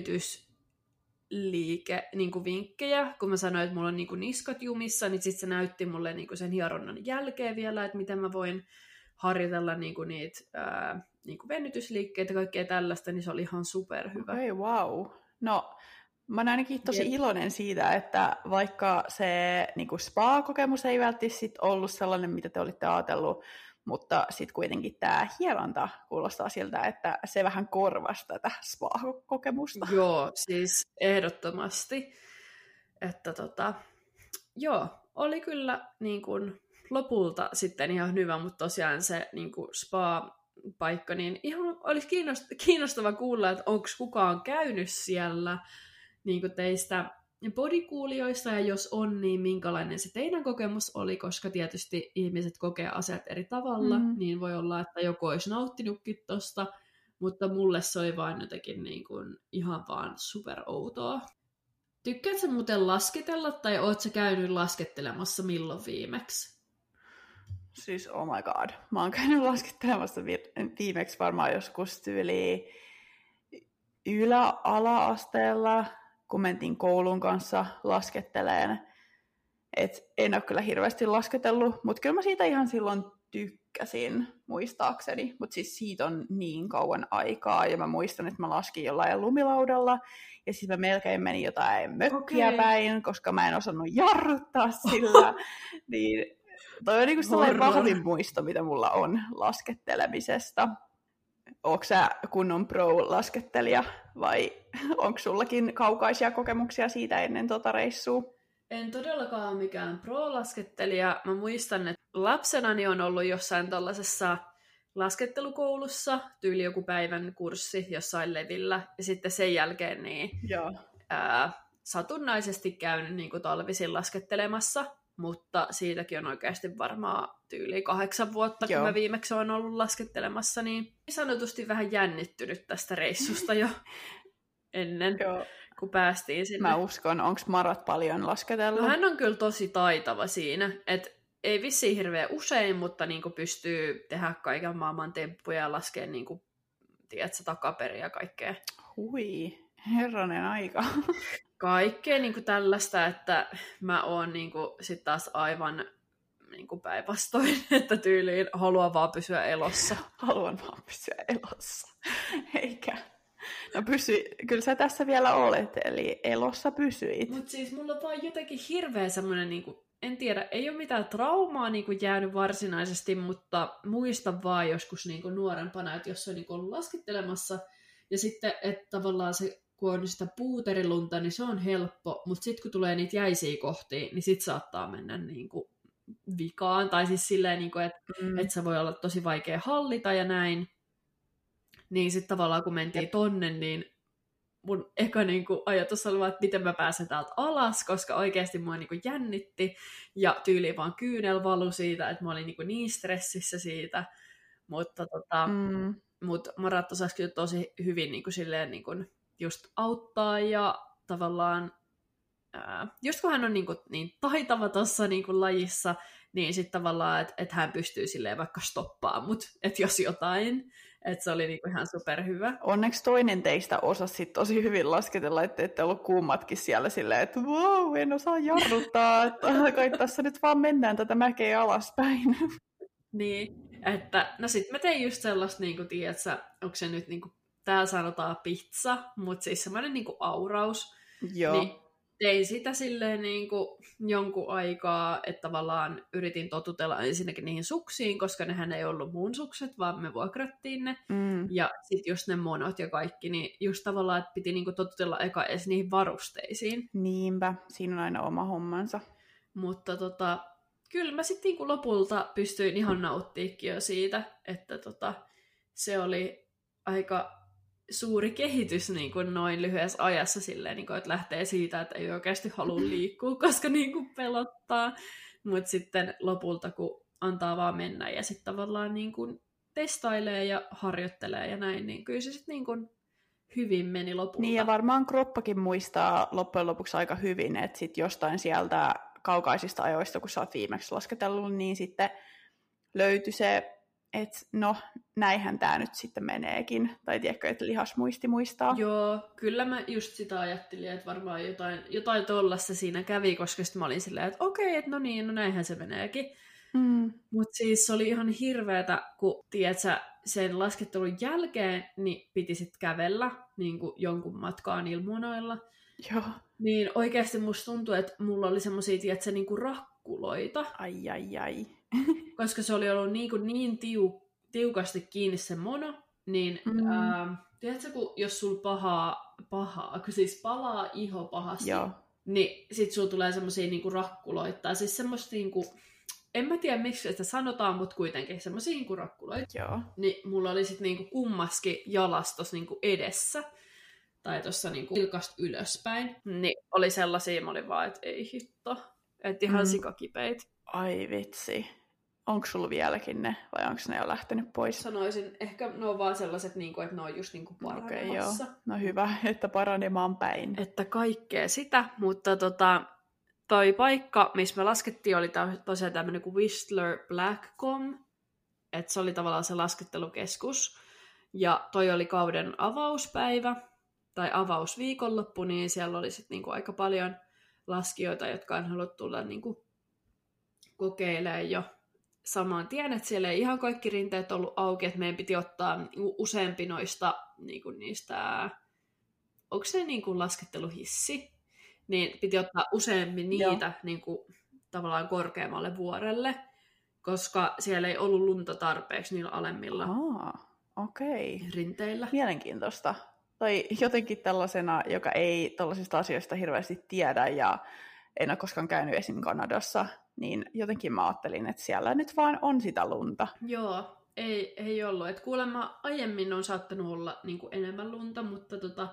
venytysliike niinku vinkkejä, kun mä sanoin, että mulla on niinku niskat jumissa, niin sitten se näytti mulle niinku sen hieronnan jälkeen vielä, että miten mä voin harjoitella niinku niitä ää, niinku venytysliikkeitä ja kaikkea tällaista, niin se oli ihan superhyvä. Okei, okay, wow. No, mä oon ainakin tosi Jep. iloinen siitä, että vaikka se niinku spa-kokemus ei välttämättä ollut sellainen, mitä te olitte ajatellut, mutta sitten kuitenkin tämä hieronta kuulostaa siltä, että se vähän korvasi tätä spa-kokemusta. Joo, siis ehdottomasti. Että tota, joo, oli kyllä niin kuin lopulta sitten ihan hyvä, mutta tosiaan se niin kuin spa-paikka, niin ihan olisi kiinnostava kuulla, että onko kukaan käynyt siellä niin kuin teistä bodykuulijoista, ja jos on, niin minkälainen se teidän kokemus oli, koska tietysti ihmiset kokee asiat eri tavalla, mm. niin voi olla, että joku olisi nauttinutkin tosta, mutta mulle se oli vaan jotenkin niin kuin ihan vaan superoutoa. Tykkäätkö muuten lasketella, tai oot sä käynyt laskettelemassa milloin viimeksi? Siis oh my god, mä oon käynyt laskettelemassa viimeksi varmaan joskus tyyli ylä-ala-asteella, kun mentiin koulun kanssa lasketteleen. Et en ole kyllä hirveästi lasketellut, mutta kyllä mä siitä ihan silloin tykkäsin, muistaakseni. Mutta siis siitä on niin kauan aikaa, ja mä muistan, että mä laskin jollain lumilaudalla, ja sitten mä melkein menin jotain mökkiä okay. päin, koska mä en osannut jarruttaa sillä. niin toi on niinku sellainen vahvin muisto, mitä mulla on laskettelemisesta. Ootko sä kunnon pro-laskettelija, vai onko sullakin kaukaisia kokemuksia siitä ennen tota reissua? En todellakaan ole mikään pro-laskettelija. Mä muistan, että lapsenani on ollut jossain tällaisessa laskettelukoulussa, tyyli joku päivän kurssi jossain levillä, ja sitten sen jälkeen niin, ää, satunnaisesti käynyt niin kuin talvisin laskettelemassa, mutta siitäkin on oikeasti varmaan tyyli kahdeksan vuotta, Joo. kun mä viimeksi olen ollut laskettelemassa, niin sanotusti vähän jännittynyt tästä reissusta jo ennen, Joo. kun päästiin sinne. Mä uskon, onko Marat paljon lasketellut? No, hän on kyllä tosi taitava siinä, että ei vissiin hirveän usein, mutta niin kuin pystyy tehdä kaiken maailman temppuja ja laskea niin kuin, tiedätkö, takaperin ja kaikkea. Hui, herranen aika. Kaikkea niin kuin tällaista, että mä oon niin kuin, sit taas aivan niin kuin päinvastoin, että tyyliin haluan vaan pysyä elossa. Haluan vaan pysyä elossa, eikä. No pysy, kyllä sä tässä vielä olet, eli elossa pysyit. Mutta siis mulla on vaan jotenkin hirveä semmoinen, niin kuin, en tiedä, ei ole mitään traumaa niin kuin jäänyt varsinaisesti, mutta muistan vaan joskus niin kuin nuorempana, että jos on niin kuin ollut laskettelemassa, ja sitten, että tavallaan se, kun on sitä puuterilunta, niin se on helppo, mutta sitten kun tulee niitä jäisiä kohtia, niin sit saattaa mennä niin kuin vikaan, tai siis silleen, niin kuin, että, mm. että se voi olla tosi vaikea hallita ja näin. Niin sitten tavallaan kun mentiin tonne, niin mun eka niinku ajatus oli vaan, että miten mä pääsen täältä alas, koska oikeasti mua niinku jännitti. Ja tyyliin vaan kyynel valu siitä, että mä olin niinku niin stressissä siitä. Mutta tota, mm. mut Marat osasi kyllä tosi hyvin niinku silleen niinku just auttaa ja tavallaan, ää, just kun hän on niinku niin taitava tuossa niinku lajissa, niin sitten tavallaan, että et hän pystyy silleen vaikka stoppaamaan mut, että jos jotain. Että se oli niinku ihan superhyvä. Onneksi toinen teistä osasi sit tosi hyvin lasketella, että ette ollut kummatkin siellä silleen, että wow, en osaa jarruttaa, että kai tässä nyt vaan mennään tätä mäkeä alaspäin. Niin, että no sit mä tein just sellaista, niinku, tiedätkö, onko se nyt, niinku, täällä sanotaan pizza, mutta siis semmoinen niinku auraus. Joo. Niin tein sitä silleen niinku jonkun aikaa, että tavallaan yritin totutella ensinnäkin niihin suksiin, koska nehän ei ollut mun sukset, vaan me vuokrattiin ne. Mm. Ja sitten just ne monot ja kaikki, niin just tavallaan, että piti niinku totutella eka edes niihin varusteisiin. Niinpä, siinä on aina oma hommansa. Mutta tota, kyllä mä sitten niinku lopulta pystyin ihan nauttiikin jo siitä, että tota, se oli aika suuri kehitys niin kuin noin lyhyessä ajassa silleen, niin kuin, että lähtee siitä, että ei oikeasti halua liikkua, koska niin kuin pelottaa. Mutta sitten lopulta, kun antaa vaan mennä ja sitten tavallaan niin kuin testailee ja harjoittelee ja näin, niin kyllä se sitten niin kuin hyvin meni lopulta. Niin ja varmaan kroppakin muistaa loppujen lopuksi aika hyvin, että sitten jostain sieltä kaukaisista ajoista, kun sä oot viimeksi lasketellut, niin sitten löytyi se, että no, näinhän tämä nyt sitten meneekin. Tai tiedätkö, että lihasmuisti muistaa. Joo, kyllä mä just sitä ajattelin, että varmaan jotain, jotain tollasta siinä kävi, koska sitten mä olin silleen, että okei, että no niin, no näinhän se meneekin. Mm. Mutta siis se oli ihan hirveetä, kun tiedätkö, sen laskettelun jälkeen niin piti sitten kävellä niin kuin jonkun matkaan ilmuonoilla. Joo. Niin oikeasti musta tuntui, että mulla oli semmosia, tiedätkö, niin kuin rakkuloita. Ai, ai, ai. Koska se oli ollut niin, kuin niin tiu, tiukasti kiinni se mono, niin mm. ää, tiedätkö, kun jos sulla pahaa, pahaa, kun siis palaa iho pahasti, Joo. niin sit sulla tulee semmosia niinku rakkuloita, siis semmoista niinku, en mä tiedä miksi sitä sanotaan, mutta kuitenkin semmoisia niinku rakkuloita. Joo. Niin mulla oli sitten niinku kummaskin jalas tossa niinku edessä, tai tuossa niinku ilkasta ylöspäin. Niin oli sellaisia, mä olin vaan, että ei hitto. Että ihan mm. sikakipeit. Ai vitsi. Onko sulla vieläkin ne, vai onko ne jo lähtenyt pois? Sanoisin, ehkä ne on vaan sellaiset, että ne on just niinku paranemassa. Okay, no hyvä, että paranemaan päin. Että kaikkea sitä, mutta tota, toi paikka, missä me laskettiin, oli tosiaan tämmöinen kuin Whistler Blackcomb. Että se oli tavallaan se laskettelukeskus. Ja toi oli kauden avauspäivä, tai avausviikonloppu, niin siellä oli sitten niinku aika paljon laskijoita, jotka on haluttu tulla niinku kokeilemaan jo saman tien, että siellä ei ihan kaikki rinteet ollut auki, että meidän piti ottaa useampi noista niinku niistä, onko se niinku lasketteluhissi, niin piti ottaa useampi niitä niinku, tavallaan korkeammalle vuorelle, koska siellä ei ollut lunta tarpeeksi niillä alemmilla Aa, okei. rinteillä. Mielenkiintoista. Tai jotenkin tällaisena, joka ei tällaisista asioista hirveästi tiedä ja en ole koskaan käynyt esim. Kanadassa, niin jotenkin mä ajattelin, että siellä nyt vaan on sitä lunta. Joo, ei, ei ollut. Et kuulemma aiemmin on saattanut olla niin kuin enemmän lunta, mutta tota,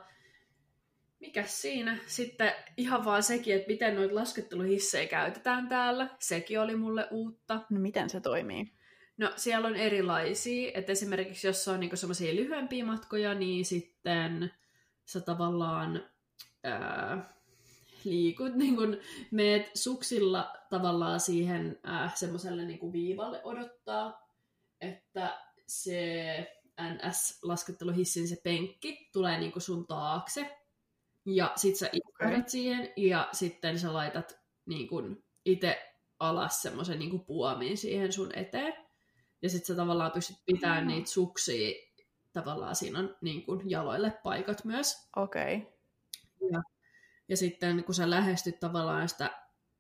mikäs siinä? Sitten ihan vaan sekin, että miten noita lasketteluhissejä käytetään täällä. Sekin oli mulle uutta. No miten se toimii? No siellä on erilaisia, että esimerkiksi jos on niinku semmoisia lyhyempiä matkoja, niin sitten sä tavallaan ää, liikut, niin kun meet suksilla tavallaan siihen äh, semmoiselle niinku viivalle odottaa, että se N S-lasketteluhissin se penkki tulee niinku sun taakse, ja sit sä istuudat okay. siihen, ja sitten sä laitat niinku itse alas semmoisen niinku puomiin siihen sun eteen. Ja sit sä tavallaan pystyt pitämään niitä suksia, tavallaan siinä on niin kuin jaloille paikat myös. Okei. Okay. Ja, ja sitten kun sä lähestyt tavallaan sitä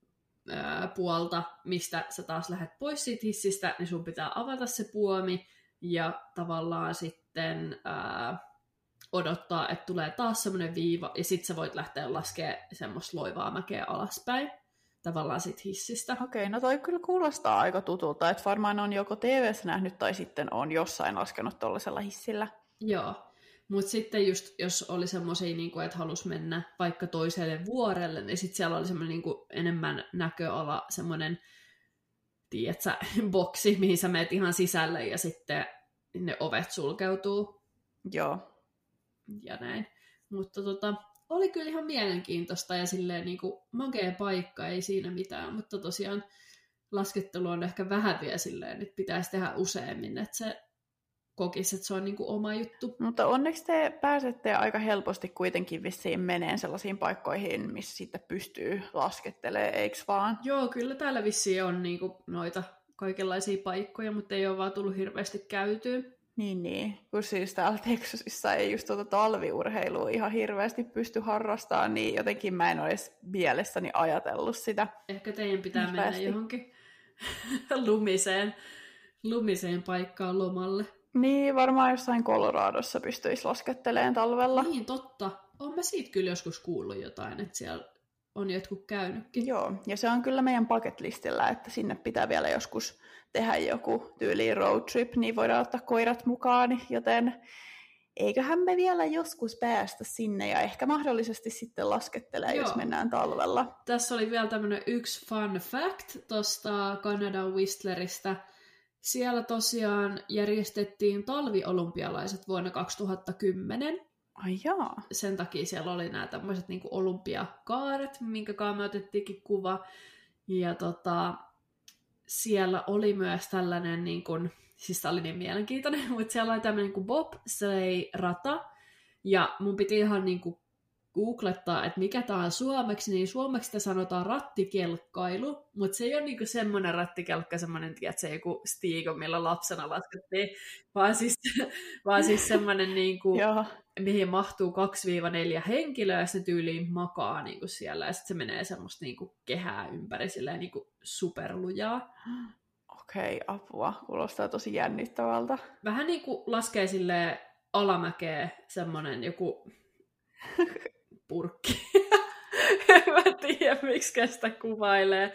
ää, puolta, mistä sä taas lähdet pois siitä hissistä, niin sun pitää avata se puomi ja tavallaan sitten ää, odottaa, että tulee taas semmoinen viiva, ja sit sä voit lähteä laskemaan semmoista loivaa mäkeä alaspäin. Tavallaan sit hissistä. Okei, no toi kyllä kuulostaa aika tutulta, että varmaan on joko T V:ssä nähnyt tai sitten on jossain laskenut tuollaisella hissillä. Joo, mutta sitten just jos oli semmoisia, niin että halusi mennä vaikka toiselle vuorelle, niin sitten siellä oli semmoinen niin enemmän näköala, semmoinen, tiedätkö, boksi, mihin sä menet ihan sisälle ja sitten ne ovet sulkeutuu. Joo. Ja näin. Mutta tota... oli kyllä ihan mielenkiintoista ja silleen niin kuin makea paikka, ei siinä mitään, mutta tosiaan laskettelu on ehkä vähän vielä silleen, että pitäisi tehdä useammin, että se kokisi, että se on niin kuin oma juttu. Mutta onneksi te pääsette aika helposti kuitenkin vissiin meneen sellaisiin paikkoihin, missä sitten pystyy laskettelemaan, eikö vaan? Joo, kyllä täällä vissiin on niin kuin noita kaikenlaisia paikkoja, mutta ei ole vaan tullut hirveästi käytyä. Niin, niin. Kun siis täällä Texasissa ei just tuota talviurheilua ihan hirveästi pysty harrastamaan, niin jotenkin mä en ole edes mielessäni ajatellut sitä. Ehkä teidän pitää hirveästi mennä johonkin lumiseen, lumiseen paikkaan lomalle. Niin, varmaan jossain Coloradossa pystyisi laskettelemaan talvella. Niin, totta. Olen mä siitä kyllä joskus kuullut jotain, että siellä on jotkut käynytkin. Joo, ja se on kyllä meidän bucket-listillä, että sinne pitää vielä joskus tehdä joku tyyliin road trip, niin voidaan ottaa koirat mukaan, joten eiköhän me vielä joskus päästä sinne ja ehkä mahdollisesti sitten laskettelee, jos mennään talvella. Tässä oli vielä tämmöinen yksi fun fact tuosta Kanadan Whistleristä. Siellä tosiaan järjestettiin talviolympialaiset vuonna kaksituhattakymmenen. Ai jaa. Sen takia siellä oli nämä tämmöiset niinku olympiakaaret, minkä kanssa me otettiinkin kuva. Ja tota, siellä oli myös tällainen, niin kuin, siis tämä oli niin mielenkiintoinen, mutta siellä oli tämmöinen niin bobsleigh-rata. Ja mun piti ihan niin kuin googlettaa, että mikä tämä on suomeksi, niin suomeksi sitä sanotaan rattikelkkailu, mutta se ei ole niinku semmoinen rattikelkka, semmoinen, tiedätkö, joku stiigo, millä lapsena laskettiin, vaan siis, vaan siis semmoinen, niinku, mihin mahtuu kaksi neljä henkilöä, ja se tyyliin makaa niinku siellä, ja sitten se menee semmoista niinku kehää ympäri, silleen niinku superlujaa. Okei, apua. Kuulostaa tosi jännittävältä. Vähän niinku laskee silleen alamäkeä semmoinen joku purkki. En mä tiedä, miksi sitä kuvailee.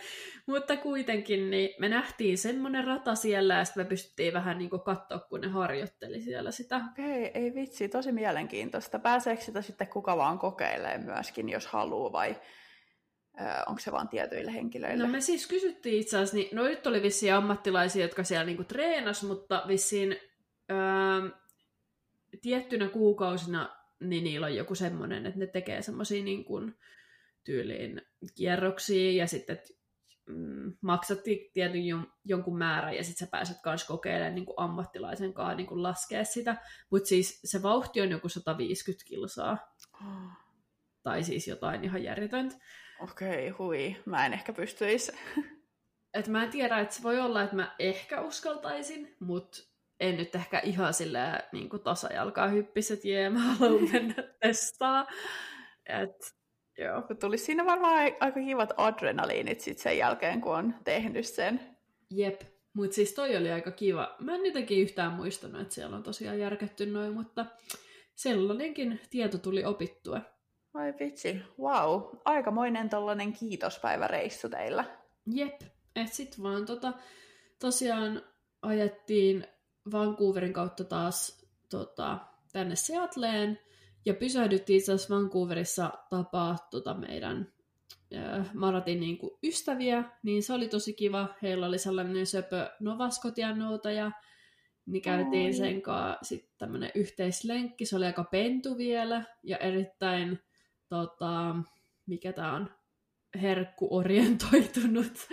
Mutta kuitenkin niin me nähtiin semmoinen rata siellä ja sitten me pystyttiin vähän niin katsoa, kun ne harjoitteli siellä sitä. Okei, ei vitsi, tosi mielenkiintoista. Pääseekö sitä sitten kuka vaan kokeilemaan myöskin, jos haluaa, vai ö, onko se vaan tietyille henkilöille? No me siis kysyttiin itse asiassa, niin, no nyt oli vissiin ammattilaisia, jotka siellä niinku treenas, mutta vissiin öö, tiettynä kuukausina niin niillä on joku semmoinen, että ne tekee semmoisia niin kuin tyyliin kierroksia ja sitten mm, maksattiin tietyn jon, jonkun määrän ja sitten sä pääset myös kokeilemaan niin kuin ammattilaisen kanssa niin kuin laskea sitä. Mutta siis se vauhti on joku sata viisikymmentä kilsaa. Oh. Tai siis jotain ihan järjetöntä. Okei, okay, hui. Mä en ehkä pystyisi. Et mä en tiedä, että se voi olla, että mä ehkä uskaltaisin, mutta en nyt ehkä ihan silleen niin kuin tasajalkaa hyppis, että jee, mä haluan mennä testaa. Et, joo. Tuli siinä varmaan aika kivat adrenaliinit sit sen jälkeen, kun on tehnyt sen. Jep, mutta siis toi oli aika kiva. Mä en jotenkin yhtään muistanut, että siellä on tosiaan järkätty noin, mutta sellainenkin tieto tuli opittua. Ai vitsi, wow. Aikamoinen tollanen kiitospäiväreissu teillä. Jep, et sit vaan tota, tosiaan ajettiin Vancouverin kautta taas tota, tänne Seattleen, ja pysähdyttiin itse asiassa Vancouverissa tapaa tota, meidän äh, Maratin niin kuin ystäviä, niin se oli tosi kiva. Heillä oli sellainen söpö Nova-Scotian-noutaja, niin käytiin sen kanssa sitten tämmöinen yhteislenkki, se oli aika pentu vielä, ja erittäin, tota, mikä tää on, herkkuorientoitunut.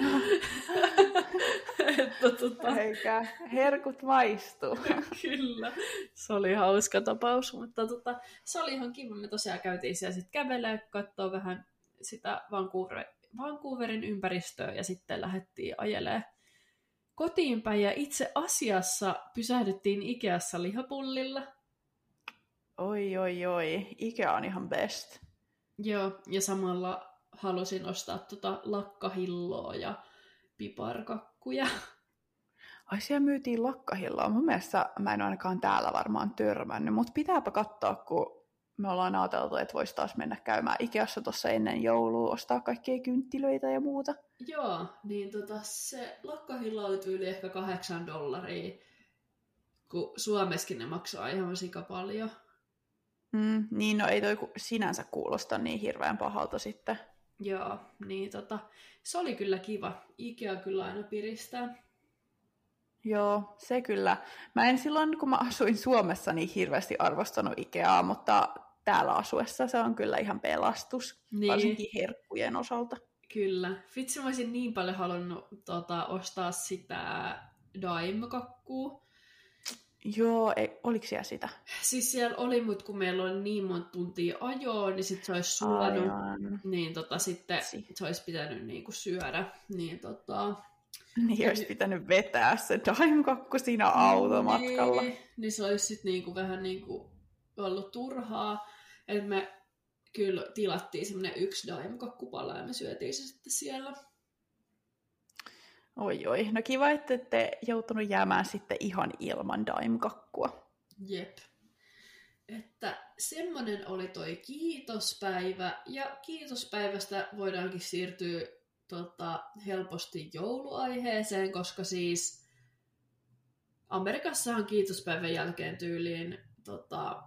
Että, tota... Eikä, herkut maistuu. Kyllä, se oli hauska tapaus, mutta tota, se oli ihan kiva. Me tosiaan käytiin siellä sitten kävelemään, katsoa vähän sitä Vancouver, Vancouverin ympäristöä ja sitten lähdettiin ajelemaan kotiin päin. Ja itse asiassa pysähdyttiin Ikeassa lihapullilla. Oi, oi, oi. Ikea on ihan best. Joo, ja samalla halusin ostaa tota lakkahilloa ja piparkakkuja. Ai siellä myytiin lakkahilloa. Mun mielestä mä en ainakaan täällä varmaan törmännyt, mutta pitääpä katsoa, kun me ollaan ajateltu, että voisi taas mennä käymään Ikeassa tuossa ennen joulua, ostaa kaikkia kynttilöitä ja muuta. Joo, niin tota, se lakkahillo oli tyyli ehkä kahdeksan dollaria, kun Suomessakin ne maksaa ihan sika paljon. Mm, niin, no ei toi sinänsä kuulosta niin hirveän pahalta sitten. Joo, niin tota, se oli kyllä kiva. Ikea kyllä aina piristää. Joo, se kyllä. Mä en silloin, kun mä asuin Suomessa, niin hirveästi arvostanut Ikeaa, mutta täällä asuessa se on kyllä ihan pelastus, niin. Varsinkin herkkujen osalta. Kyllä. Vitsi, mä olisin niin paljon halunnut tota, ostaa sitä Daim-kakkua. Joo, ei, oliko siellä sitä? Siis siellä oli, mutta kun meillä oli niin monta tuntia ajoa, niin sitten se olisi sulanut, Aivan. niin tota, sitten Si. se olisi pitänyt niinku syödä. Niin, tota... niin olisi pitänyt vetää se daimkakku siinä automatkalla. Niin, niin se olisi sitten niinku vähän niinku ollut turhaa. Että me kyllä tilattiin semmoinen yksi daimkakkupala ja me syötiin se sitten siellä. Oi oi, no kiva, että ette joutunut jäämään sitten ihan ilman daimkakkua. Jep. Että semmonen oli toi kiitospäivä, ja kiitospäivästä voidaankin siirtyä tota, helposti jouluaiheeseen, koska siis Amerikassahan kiitospäivän jälkeen tyyliin tota,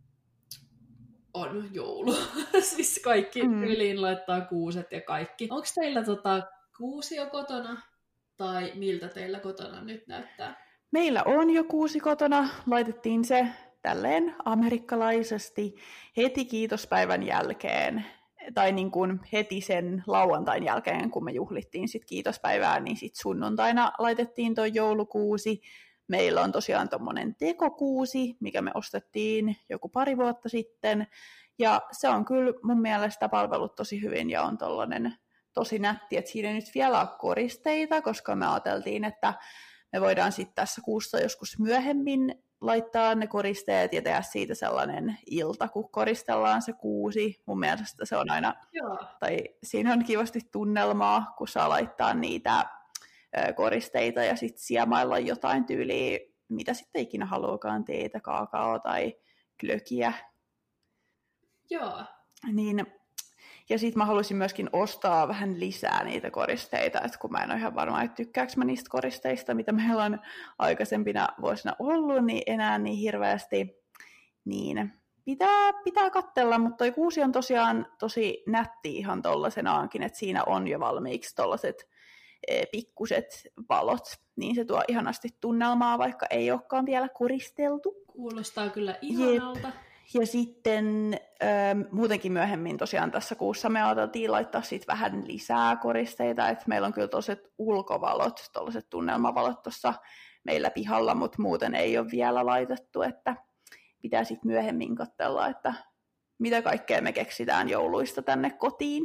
on joulu. Siis kaikki mm. tyyliin laittaa kuuset ja kaikki. Onko teillä tota, kuusi jo kotona? Tai miltä teillä kotona nyt näyttää? Meillä on jo kuusi kotona. Laitettiin se tälleen amerikkalaisesti heti kiitospäivän jälkeen. Tai niin kuin heti sen lauantain jälkeen, kun me juhlittiin sit kiitospäivää, niin sit sunnuntaina laitettiin tuo joulukuusi. Meillä on tosiaan tommonen tekokuusi, mikä me ostettiin joku pari vuotta sitten. Ja se on kyllä mun mielestä palvellut tosi hyvin ja on tollanen tosi nätti, että siinä ei nyt vielä ole koristeita, koska me ajateltiin, että me voidaan sitten tässä kuussa joskus myöhemmin laittaa ne koristeet ja tehdä siitä sellainen ilta, kun koristellaan se kuusi. Mun mielestä se on aina, Joo. tai siinä on kivasti tunnelmaa, kun saa laittaa niitä koristeita ja sitten siemailla jotain tyyliä, mitä sitten ikinä haluakaan, teetä, kaakao tai glökiä. Joo. Niin Ja sitten mä haluaisin myöskin ostaa vähän lisää niitä koristeita, että kun mä en ole ihan varma, että tykkääkö mä niistä koristeista, mitä meillä on aikaisempina vuosina ollut, niin enää niin hirveästi, niin pitää, pitää katsella, mutta toi kuusi on tosiaan tosi nätti ihan tollasenaankin, että siinä on jo valmiiksi tollaset e, pikkuset valot, niin se tuo ihanasti tunnelmaa, vaikka ei olekaan vielä koristeltu. Kuulostaa kyllä ihanalta. Jep. Ja sitten ähm, muutenkin myöhemmin tosiaan tässä kuussa me ajateltiin laittaa sit vähän lisää koristeita, että meillä on kyllä toiset ulkovalot, tollaiset tunnelmavalot tuossa meillä pihalla, mutta muuten ei ole vielä laitettu, että pitää sitten myöhemmin katsella, että mitä kaikkea me keksitään jouluista tänne kotiin.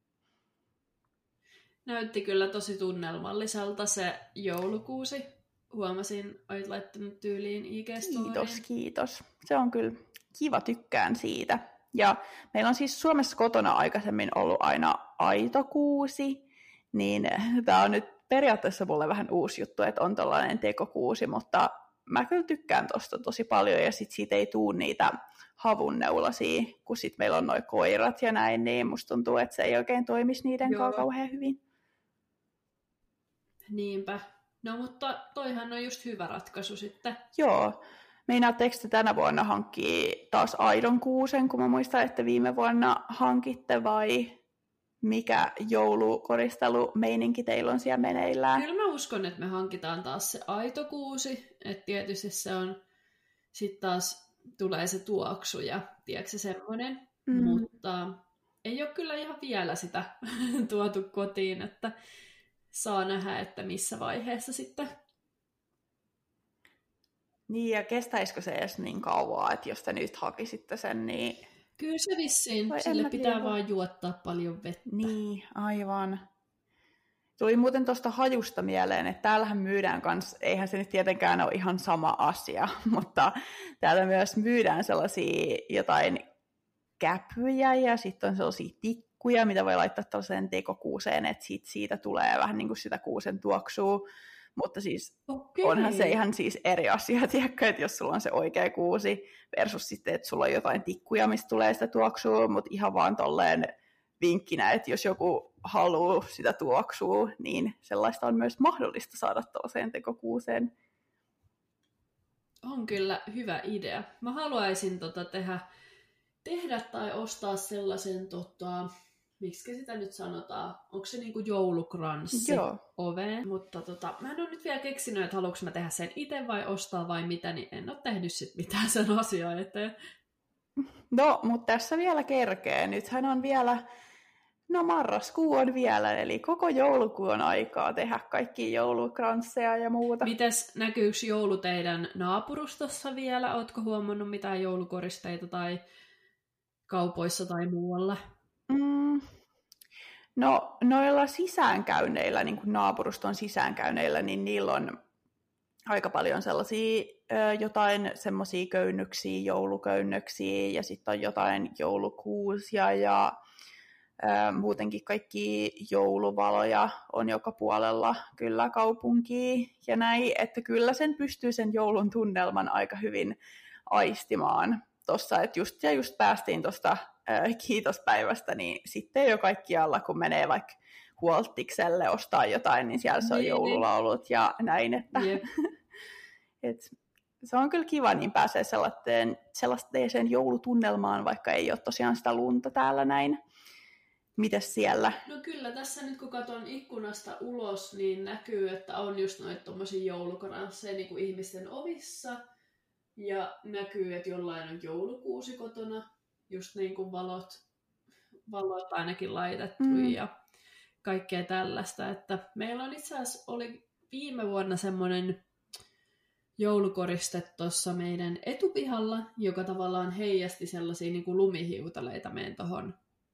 Näytti kyllä tosi tunnelmalliselta se joulukuusi. Huomasin, olet laittanut tyyliin I G-storiin. Kiitos, kiitos. Se on kyllä kiva, tykkään siitä. Ja meillä on siis Suomessa kotona aikaisemmin ollut aina aitokuusi, niin tämä on nyt periaatteessa mulle vähän uusi juttu, että on tällainen tekokuusi, mutta mä kyllä tykkään tosta tosi paljon, ja sit siitä ei tuu niitä havunneulasia, kun sit meillä on noi koirat ja näin, niin musta tuntuu, että se ei oikein toimisi niiden kanssa kauhean hyvin. Niinpä. No mutta toihan on just hyvä ratkaisu sitten. Joo. Meinaatteko te tänä vuonna hankkii taas aidon kuusen, kun mä muistan, että viime vuonna hankitte, vai mikä joulukoristelu-meininki teillä on siellä meneillään? Kyllä mä uskon, että me hankitaan taas se aito kuusi, että tietysti se on, sitten taas tulee se tuoksu ja tiedätkö semmoinen, mm. mutta ei ole kyllä ihan vielä sitä tuotu kotiin, että saa nähdä, että missä vaiheessa sitten. Niin, ja kestäisikö se edes niin kauan, että jos te nyt hakisitte sen, niin... Kyllä se vissiin. Vai sille pitää tiedä. Vaan juottaa paljon vettä. Niin, aivan. Tuli muuten tuosta hajusta mieleen, että täällähän myydään kans, eihän se nyt tietenkään ole ihan sama asia, mutta täällä myös myydään sellaisia jotain käpyjä ja sitten on sellaisia tikkuja, mitä voi laittaa tällaiseen tekokuuseen, että siitä, siitä tulee vähän niin kuin sitä kuusen tuoksua. Mutta siis Okei. onhan se ihan siis eri asia, tiedätkö, että jos sulla on se oikea kuusi versus sitten, että sulla on jotain tikkuja, mistä tulee sitä tuoksua, mutta ihan vaan tolleen vinkkinä, että jos joku haluaa sitä tuoksua, niin sellaista on myös mahdollista saada tuollaiseen tekokuuseen. On kyllä hyvä idea. Mä haluaisin tota tehdä, tehdä tai ostaa sellaisen, tota, miksi sitä nyt sanotaan, onko se niinku joulukranssi oveen, mutta tota, mä en ole nyt vielä keksinyt, että haluanko mä tehdä sen itse vai ostaa vai mitä, niin en ole tehnyt sit mitään sen asiaa eteen. No, mutta tässä vielä kerkee. Nythän on vielä, no marraskuu on vielä, eli koko joulukuun aikaa tehdä kaikki joulukransseja ja muuta. Mites, näkyykö joulu teidän naapurustossa vielä? Ootko huomannut mitään joulukoristeita tai kaupoissa tai muualla? Mm. No, noilla sisäänkäynneillä, niin kuin naapuruston sisäänkäynneillä, niin niillä on aika paljon sellaisia jotain semmoisia köynnöksiä, jouluköynnöksiä, ja sitten on jotain joulukuusia, ja ää, muutenkin kaikki jouluvaloja on joka puolella kyllä kaupunkia, ja näin, että kyllä sen pystyy sen joulun tunnelman aika hyvin aistimaan tuossa, että just, ja just päästiin tuosta kiitospäivästä, niin sitten jo kaikkialla, kun menee vaikka Huoltikselle ostaa jotain, niin siellä se on niin, joululaulut ja näin, että yep. et, se on kyllä kiva, niin pääsee sellaiseen, sellaiseen joulutunnelmaan, vaikka ei ole tosiaan sitä lunta täällä näin. Mites siellä? No kyllä, tässä nyt kun katson ikkunasta ulos, niin näkyy, että on just noita tommosia joulukransseja niin kuin ihmisten ovissa, ja näkyy, että jollain on joulukuusi kotona, just niin kuin valot, valot ainakin laitettu mm. ja kaikkea tällaista. Että meillä on itse asiassa oli viime vuonna semmoinen joulukoriste tuossa meidän etupihalla, joka tavallaan heijasti sellaisia niin kuin lumihiutaleita meidän tuohon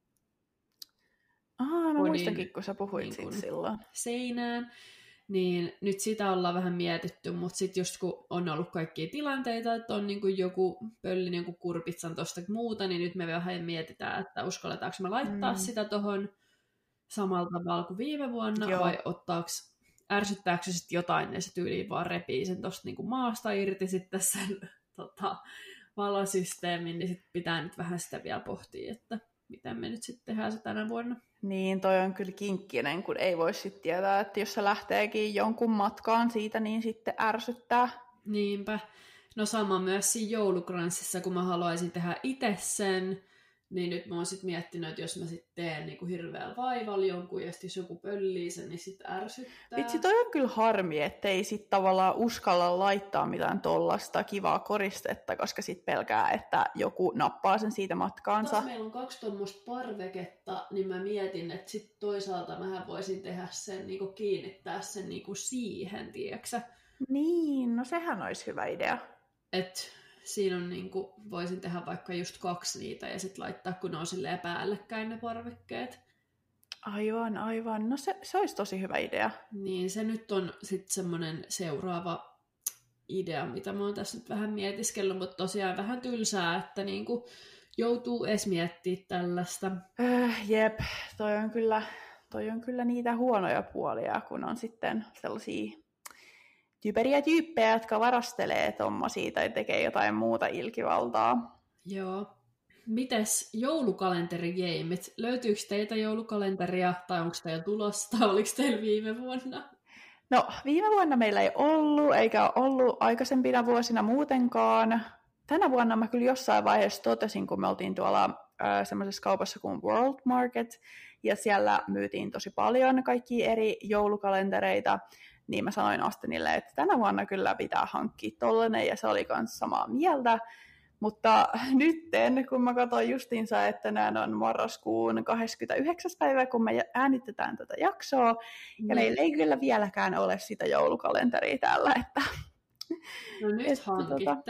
Aa, mä muistankin, kun sä puhuit niin siitä silloin. Seinään. Niin nyt sitä ollaan vähän mietitty, mutta sitten just kun on ollut kaikkia tilanteita, että on niin joku pöllin joku kurpitsan tosta muuta, niin nyt me vähän mietitään, että uskalletaanko me laittaa mm. sitä tohon samalla tavalla kuin viime vuonna, Joo. vai ottaako, ärsyttääkö se sitten jotain, ja se tyyliin vaan repii sen tosta niin maasta irti sitten sen tota, valosysteemin, niin sitten pitää nyt vähän sitä vielä pohtia, että miten me nyt sitten tehdään se tänä vuonna. Niin, toi on kyllä kinkkinen, kun ei voi sitten tietää, että jos se lähteekin jonkun matkaan siitä, niin sitten ärsyttää. Niinpä. No sama myös siinä joulukranssissa, kun mä haluaisin tehdä itse sen, niin nyt mä oon sitten miettinyt, että jos mä sitten teen niinku hirveällä vaivalla jonkun, ja sitten jos joku pöllii sen, niin sitten ärsyttää. Vitsi, toi on kyllä harmi, ettei sitten tavallaan uskalla laittaa mitään tollasta kivaa koristetta, koska sitten pelkää, että joku nappaa sen siitä matkaansa. Taas meillä on kaksi tuommoista parveketta, niin mä mietin, että sitten toisaalta mähän voisin tehdä sen, niinku kiinnittää sen niinku siihen, tiedäksä? Niin, no sehän olisi hyvä idea. Että siinä on niinku, voisin tehdä vaikka just kaksi niitä ja sitten laittaa, kun ne on silleen päällekkäin ne parvekkeet. Aivan, aivan. No se, se olisi tosi hyvä idea. Niin, se nyt on sitten semmoinen seuraava idea, mitä mä oon tässä nyt vähän mietiskellyt, mutta tosiaan vähän tylsää, että niinku joutuu edes miettimään tällaista. Äh, jep, toi on, kyllä, toi on kyllä niitä huonoja puolia, kun on sitten sellaisia typeriä tyyppejä, jotka varastelee tommosia tai tekee jotain muuta ilkivaltaa. Joo. Mites joulukalenterigeimit? Löytyykö teitä joulukalenteria, tai onko teillä tulosta, oliko teillä viime vuonna? No, viime vuonna meillä ei ollut, eikä ollut aikaisempina vuosina muutenkaan. Tänä vuonna mä kyllä jossain vaiheessa totesin, kun me oltiin tuolla äh, semmoisessa kaupassa kuin World Market, ja siellä myytiin tosi paljon kaikkia eri joulukalentereita, niin mä sanoin Astenille, että tänä vuonna kyllä pitää hankkia tollanen, ja se oli myös samaa mieltä. Mutta nytten, kun mä katsoin justiinsa, että nämä on marraskuun kahdeskymmenesyhdeksäs päivä, kun me äänitetään tätä jaksoa, ja mm. meillä ei kyllä vieläkään ole sitä joulukalenteria täällä. Että, no nyt että, hankitte. Tota,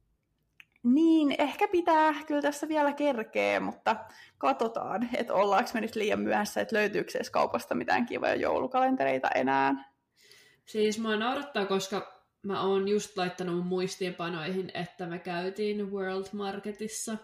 niin, ehkä pitää kyllä tässä vielä kerkeä, mutta katsotaan, että ollaanko me nyt liian myöhässä, että löytyykö edes kaupasta mitään kivoja joulukalentereita enää. Siis mua naurattaa, koska mä oon just laittanut mun muistiinpanoihin, että me käytiin World Marketissa.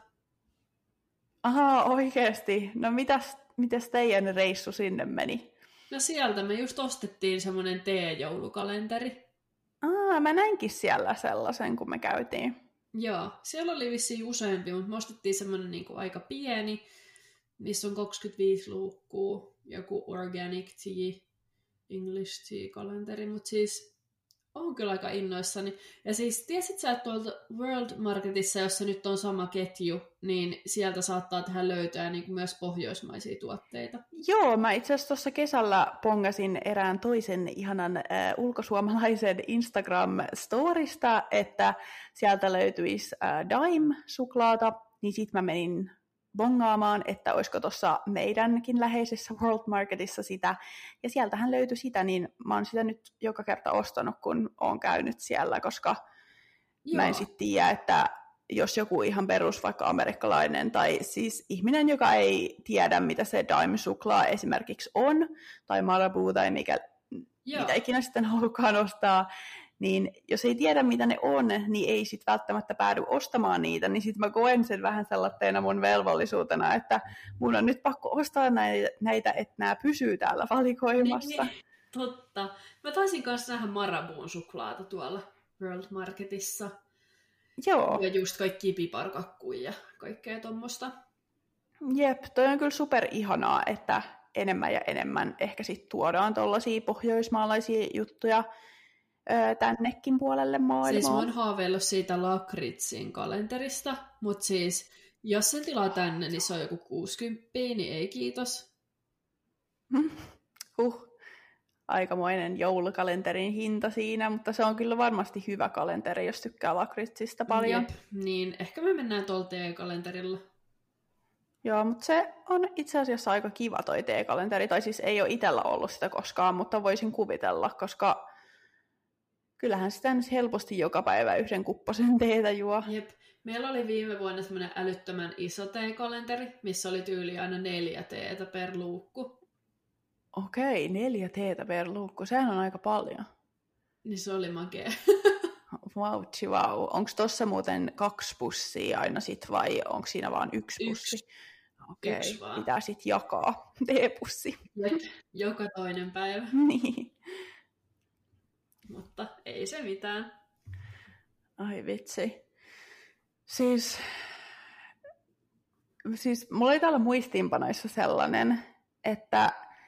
Ahaa, oikeesti. No mitäs, mitäs teidän reissu sinne meni? No sieltä me just ostettiin semmonen tee-joulukalenteri. Aa, mä näinkin siellä sellaisen, kun me käytiin. Joo, siellä oli vissiin useampi, mutta me ostettiin semmonen niinku aika pieni, missä on kaksikymmentäviisi luukkuu, joku Organic Tea, English Tea-kalenteri, mutta siis on kyllä aika innoissani. Ja siis tiesit sä, että tuolta World Marketissa, jossa nyt on sama ketju, niin sieltä saattaa tehdä löytää niin kuin myös pohjoismaisia tuotteita? Joo, mä itse asiassa tuossa kesällä pongasin erään toisen ihanan äh, ulkosuomalaisen Instagram-storista, että sieltä löytyisi äh, Daim-suklaata, niin sit mä menin bongaamaan, että olisiko tuossa meidänkin läheisessä World Marketissa sitä, ja sieltähän löytyi sitä, niin mä oon sitä nyt joka kerta ostanut, kun oon käynyt siellä, koska Joo. mä en sitten tiedä, että jos joku ihan perus vaikka amerikkalainen, tai siis ihminen, joka ei tiedä, mitä se Daim-suklaa esimerkiksi on, tai Marabou, tai mikä, mitä ikinä sitten halukaan ostaa, niin jos ei tiedä, mitä ne on, niin ei sitten välttämättä päädy ostamaan niitä, niin sitten mä koen sen vähän sellaisena mun velvollisuutena, että mun on nyt pakko ostaa näitä, että nämä pysyy täällä valikoimassa. Niin, totta. Mä taisin kanssa nähdä Maraboun suklaata tuolla World Marketissa. Joo. Ja just kaikkia piparkakkuja ja kaikkea tommosta. Jep, toi on kyllä super ihanaa, että enemmän ja enemmän ehkä sitten tuodaan tollaisia pohjoismaalaisia juttuja tännekin puolelle maailmaa. Siis mä oon haaveillut siitä lakritsin kalenterista, mutta siis jos sen tilaa tänne, niin se on joku kuusikymmentä, niin ei kiitos. Huh, aikamoinen joulukalenterin hinta siinä, mutta se on kyllä varmasti hyvä kalenteri, jos tykkää lakritsista paljon. Jep, niin ehkä me mennään tuolla T-kalenterilla. Joo, mutta se on itse asiassa aika kiva toi T-kalenteri, tai siis ei ole itsellä ollut sitä koskaan, mutta voisin kuvitella, koska kyllähän sitä nyt helposti joka päivä yhden kupposen teetä juo. Jep. Meillä oli viime vuonna semmoinen älyttömän iso teekalenteri, missä oli tyyli aina neljä teetä per luukku. Okei, neljä teetä per luukku. Sehän on aika paljon. Niin se oli makea. Vau, wow, Onko tossa muuten kaksi pussia aina sit vai onko siinä vaan yksi pussi? Yksi. Okei, Yksi vaan. Pitää sit jakaa teepussi. Jep. Joka toinen päivä. Niin. Mutta ei se mitään. Ai vitsi. Siis siis mulla oli täällä muistiinpanoissa sellainen, että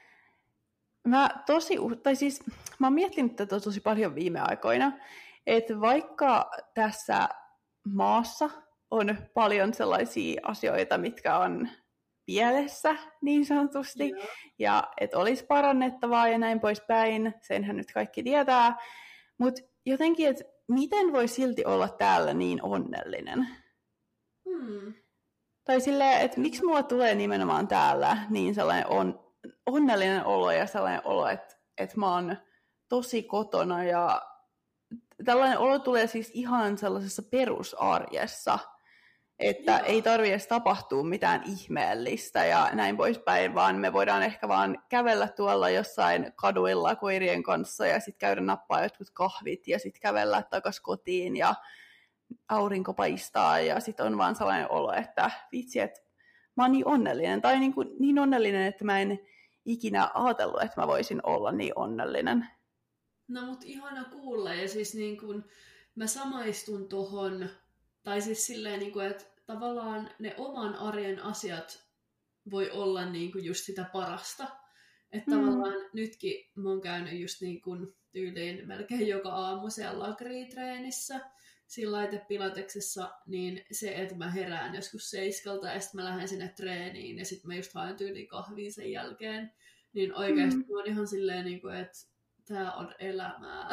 mä tosi, tai siis mä oon miettinyt tätä tosi paljon viime aikoina, että vaikka tässä maassa on paljon sellaisia asioita, mitkä on pielessä niin sanotusti, yeah. ja että olisi parannettavaa ja näin poispäin, senhän nyt kaikki tietää, mutta jotenkin, että miten voi silti olla täällä niin onnellinen? Hmm. Tai silleen, että miksi mulla tulee nimenomaan täällä niin sellainen on, onnellinen olo ja sellainen olo, että, että mä oon tosi kotona ja tällainen olo tulee siis ihan sellaisessa perusarjessa, että Joo. ei tarvitse edes tapahtua mitään ihmeellistä ja näin poispäin, vaan me voidaan ehkä vaan kävellä tuolla jossain kaduilla koirien kanssa ja sitten käydä nappaa jotkut kahvit ja sitten kävellä takaisin kotiin ja aurinko paistaa ja sitten on vaan sellainen olo, että vitsi, että mä oon niin onnellinen tai niin, kuin, niin onnellinen, että mä en ikinä ajatellut, että mä voisin olla niin onnellinen. No mut ihana kuulla ja siis niin kun mä samaistun tohon, tai siis silleen niin kuin, että tavallaan ne oman arjen asiat voi olla niin kuin just sitä parasta. Että mm. tavallaan nytkin mä oon käynyt just niin kuin tyyliin melkein joka aamu siellä lagritreenissä, siinä laitepilateksessa, niin se, että mä herään joskus seiskalta ja sitten mä lähden sinne treeniin ja sitten mä just haen tyyliin kahviin sen jälkeen, niin oikeasti mm. mä oon ihan silleen, niin kuin, että tää on elämää.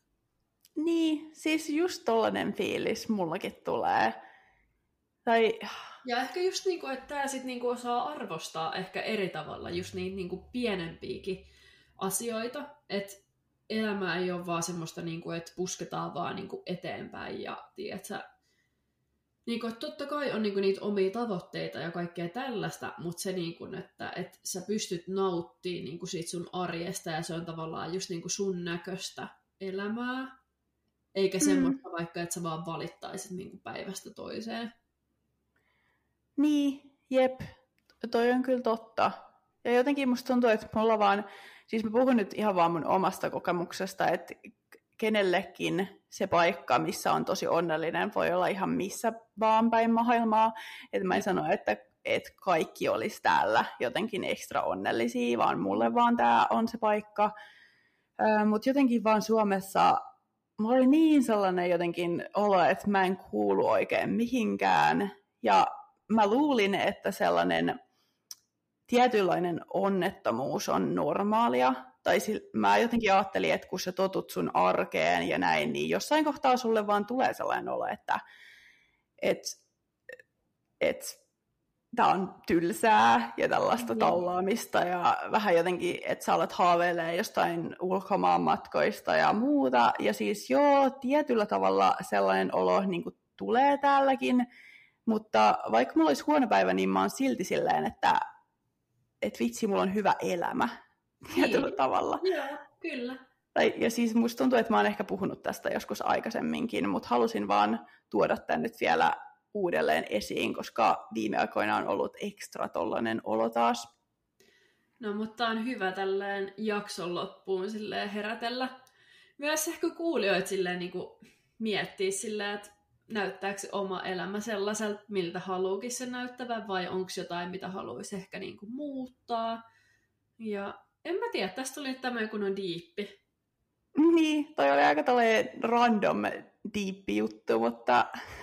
Niin, siis just tollanen fiilis mullakin tulee. Tai... Ja ehkä just niinku, että tää sit niinku osaa arvostaa ehkä eri tavalla just niin niinku pienempiäkin asioita, että elämä ei ole vaan semmoista, niinku, että pusketaan vaan niinku eteenpäin ja tiedätkö, niinku, että totta kai on niinku niitä omia tavoitteita ja kaikkea tällaista, mutta se, niinku, että, että sä pystyt nauttimaan niinku siitä sun arjesta ja se on tavallaan just niinku sun näköistä elämää. Eikä semmoista mm. vaikka, että sä vaan valittaisit niin kuin päivästä toiseen. Niin, jep. Toi on kyllä totta. Ja jotenkin musta tuntuu, että mulla vaan, siis mä puhun nyt ihan vaan mun omasta kokemuksesta, että kenellekin se paikka, missä on tosi onnellinen, voi olla ihan missä vaan päin maailmaa. Että mä en sano, että, että kaikki olisi täällä jotenkin ekstra onnellisia, vaan mulle vaan tää on se paikka. Mutta jotenkin vaan Suomessa mulla oli niin sellainen jotenkin olo, että mä en kuulu oikein mihinkään. Ja mä luulin, että sellainen tietynlainen onnettomuus on normaalia. Tai mä jotenkin ajattelin, että kun sä totut sun arkeen ja näin, niin jossain kohtaa sulle vaan tulee sellainen olo, että et, et, tää on tylsää ja tällaista mm. tallaamista ja vähän jotenkin, että sä alat haaveilemaan jostain ulkomaanmatkoista ja muuta. Ja siis joo, tietyllä tavalla sellainen olo niin kuin tulee täälläkin, mutta vaikka mulla olisi huono päivä, niin mä oon silti silleen, että et vitsi, mulla on hyvä elämä tietyllä niin. tavalla. Joo, kyllä. Tai, ja siis musta tuntuu, että mä oon ehkä puhunut tästä joskus aikaisemminkin, mutta halusin vaan tuoda tän nyt vielä uudelleen esiin, koska viime aikoina on ollut ekstra tollainen olo taas. No, mutta on hyvä tälleen jakson loppuun silleen herätellä. Myös ehkä kuulijoit silleen niin kuin miettiä silleen, että näyttääkö se oma elämä sellaiselta, miltä haluukin se näyttävän, vai onko jotain, mitä haluaisi ehkä niin kuin muuttaa. Ja en mä tiedä, tästä oli tämmöinen kun on diippi. Niin, toi oli aika tällainen random diippi juttu, mutta...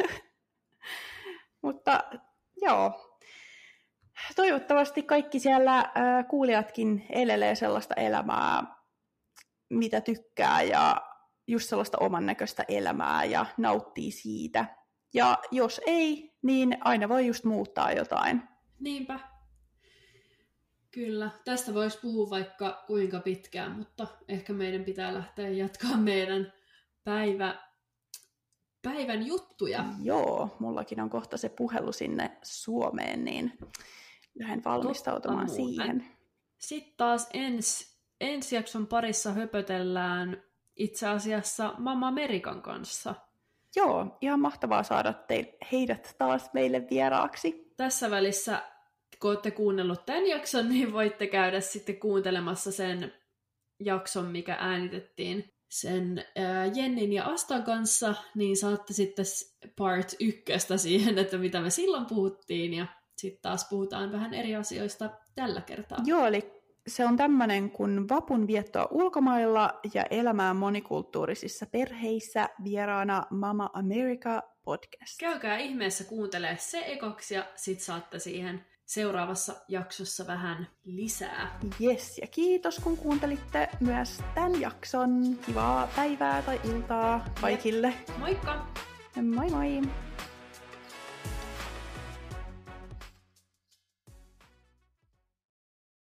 Mutta joo, toivottavasti kaikki siellä äh, kuulijatkin elelee sellaista elämää, mitä tykkää ja just sellaista oman näköistä elämää ja nauttii siitä. Ja jos ei, niin aina voi just muuttaa jotain. Niinpä. Kyllä. Tästä voisi puhua vaikka kuinka pitkään, mutta ehkä meidän pitää lähteä jatkaa meidän päivä, päivän juttuja. Joo, mullakin on kohta se puhelu sinne Suomeen, niin lähden valmistautumaan siihen. Sitten taas ens, ensi jakson parissa höpötellään itse asiassa Mamma Amerikan kanssa. Joo, ihan mahtavaa saada te, heidät taas meille vieraaksi. Tässä välissä, kun olette kuunnellut tämän jakson, niin voitte käydä sitten kuuntelemassa sen jakson, mikä äänitettiin sen ää, Jennin ja Astan kanssa, niin saatte sitten part ykköstä siihen, että mitä me silloin puhuttiin. Ja sitten taas puhutaan vähän eri asioista tällä kertaa. Joo, eli se on tämmöinen kuin vapun viettoa ulkomailla ja elämää monikulttuurisissa perheissä vieraana Mama America podcast. Käykää ihmeessä kuuntelee se ekoksi ja sit saatte siihen seuraavassa jaksossa vähän lisää. Yes, ja kiitos kun kuuntelitte myös tämän jakson. Kivaa päivää tai iltaa kaikille. Moikka! Moi moi!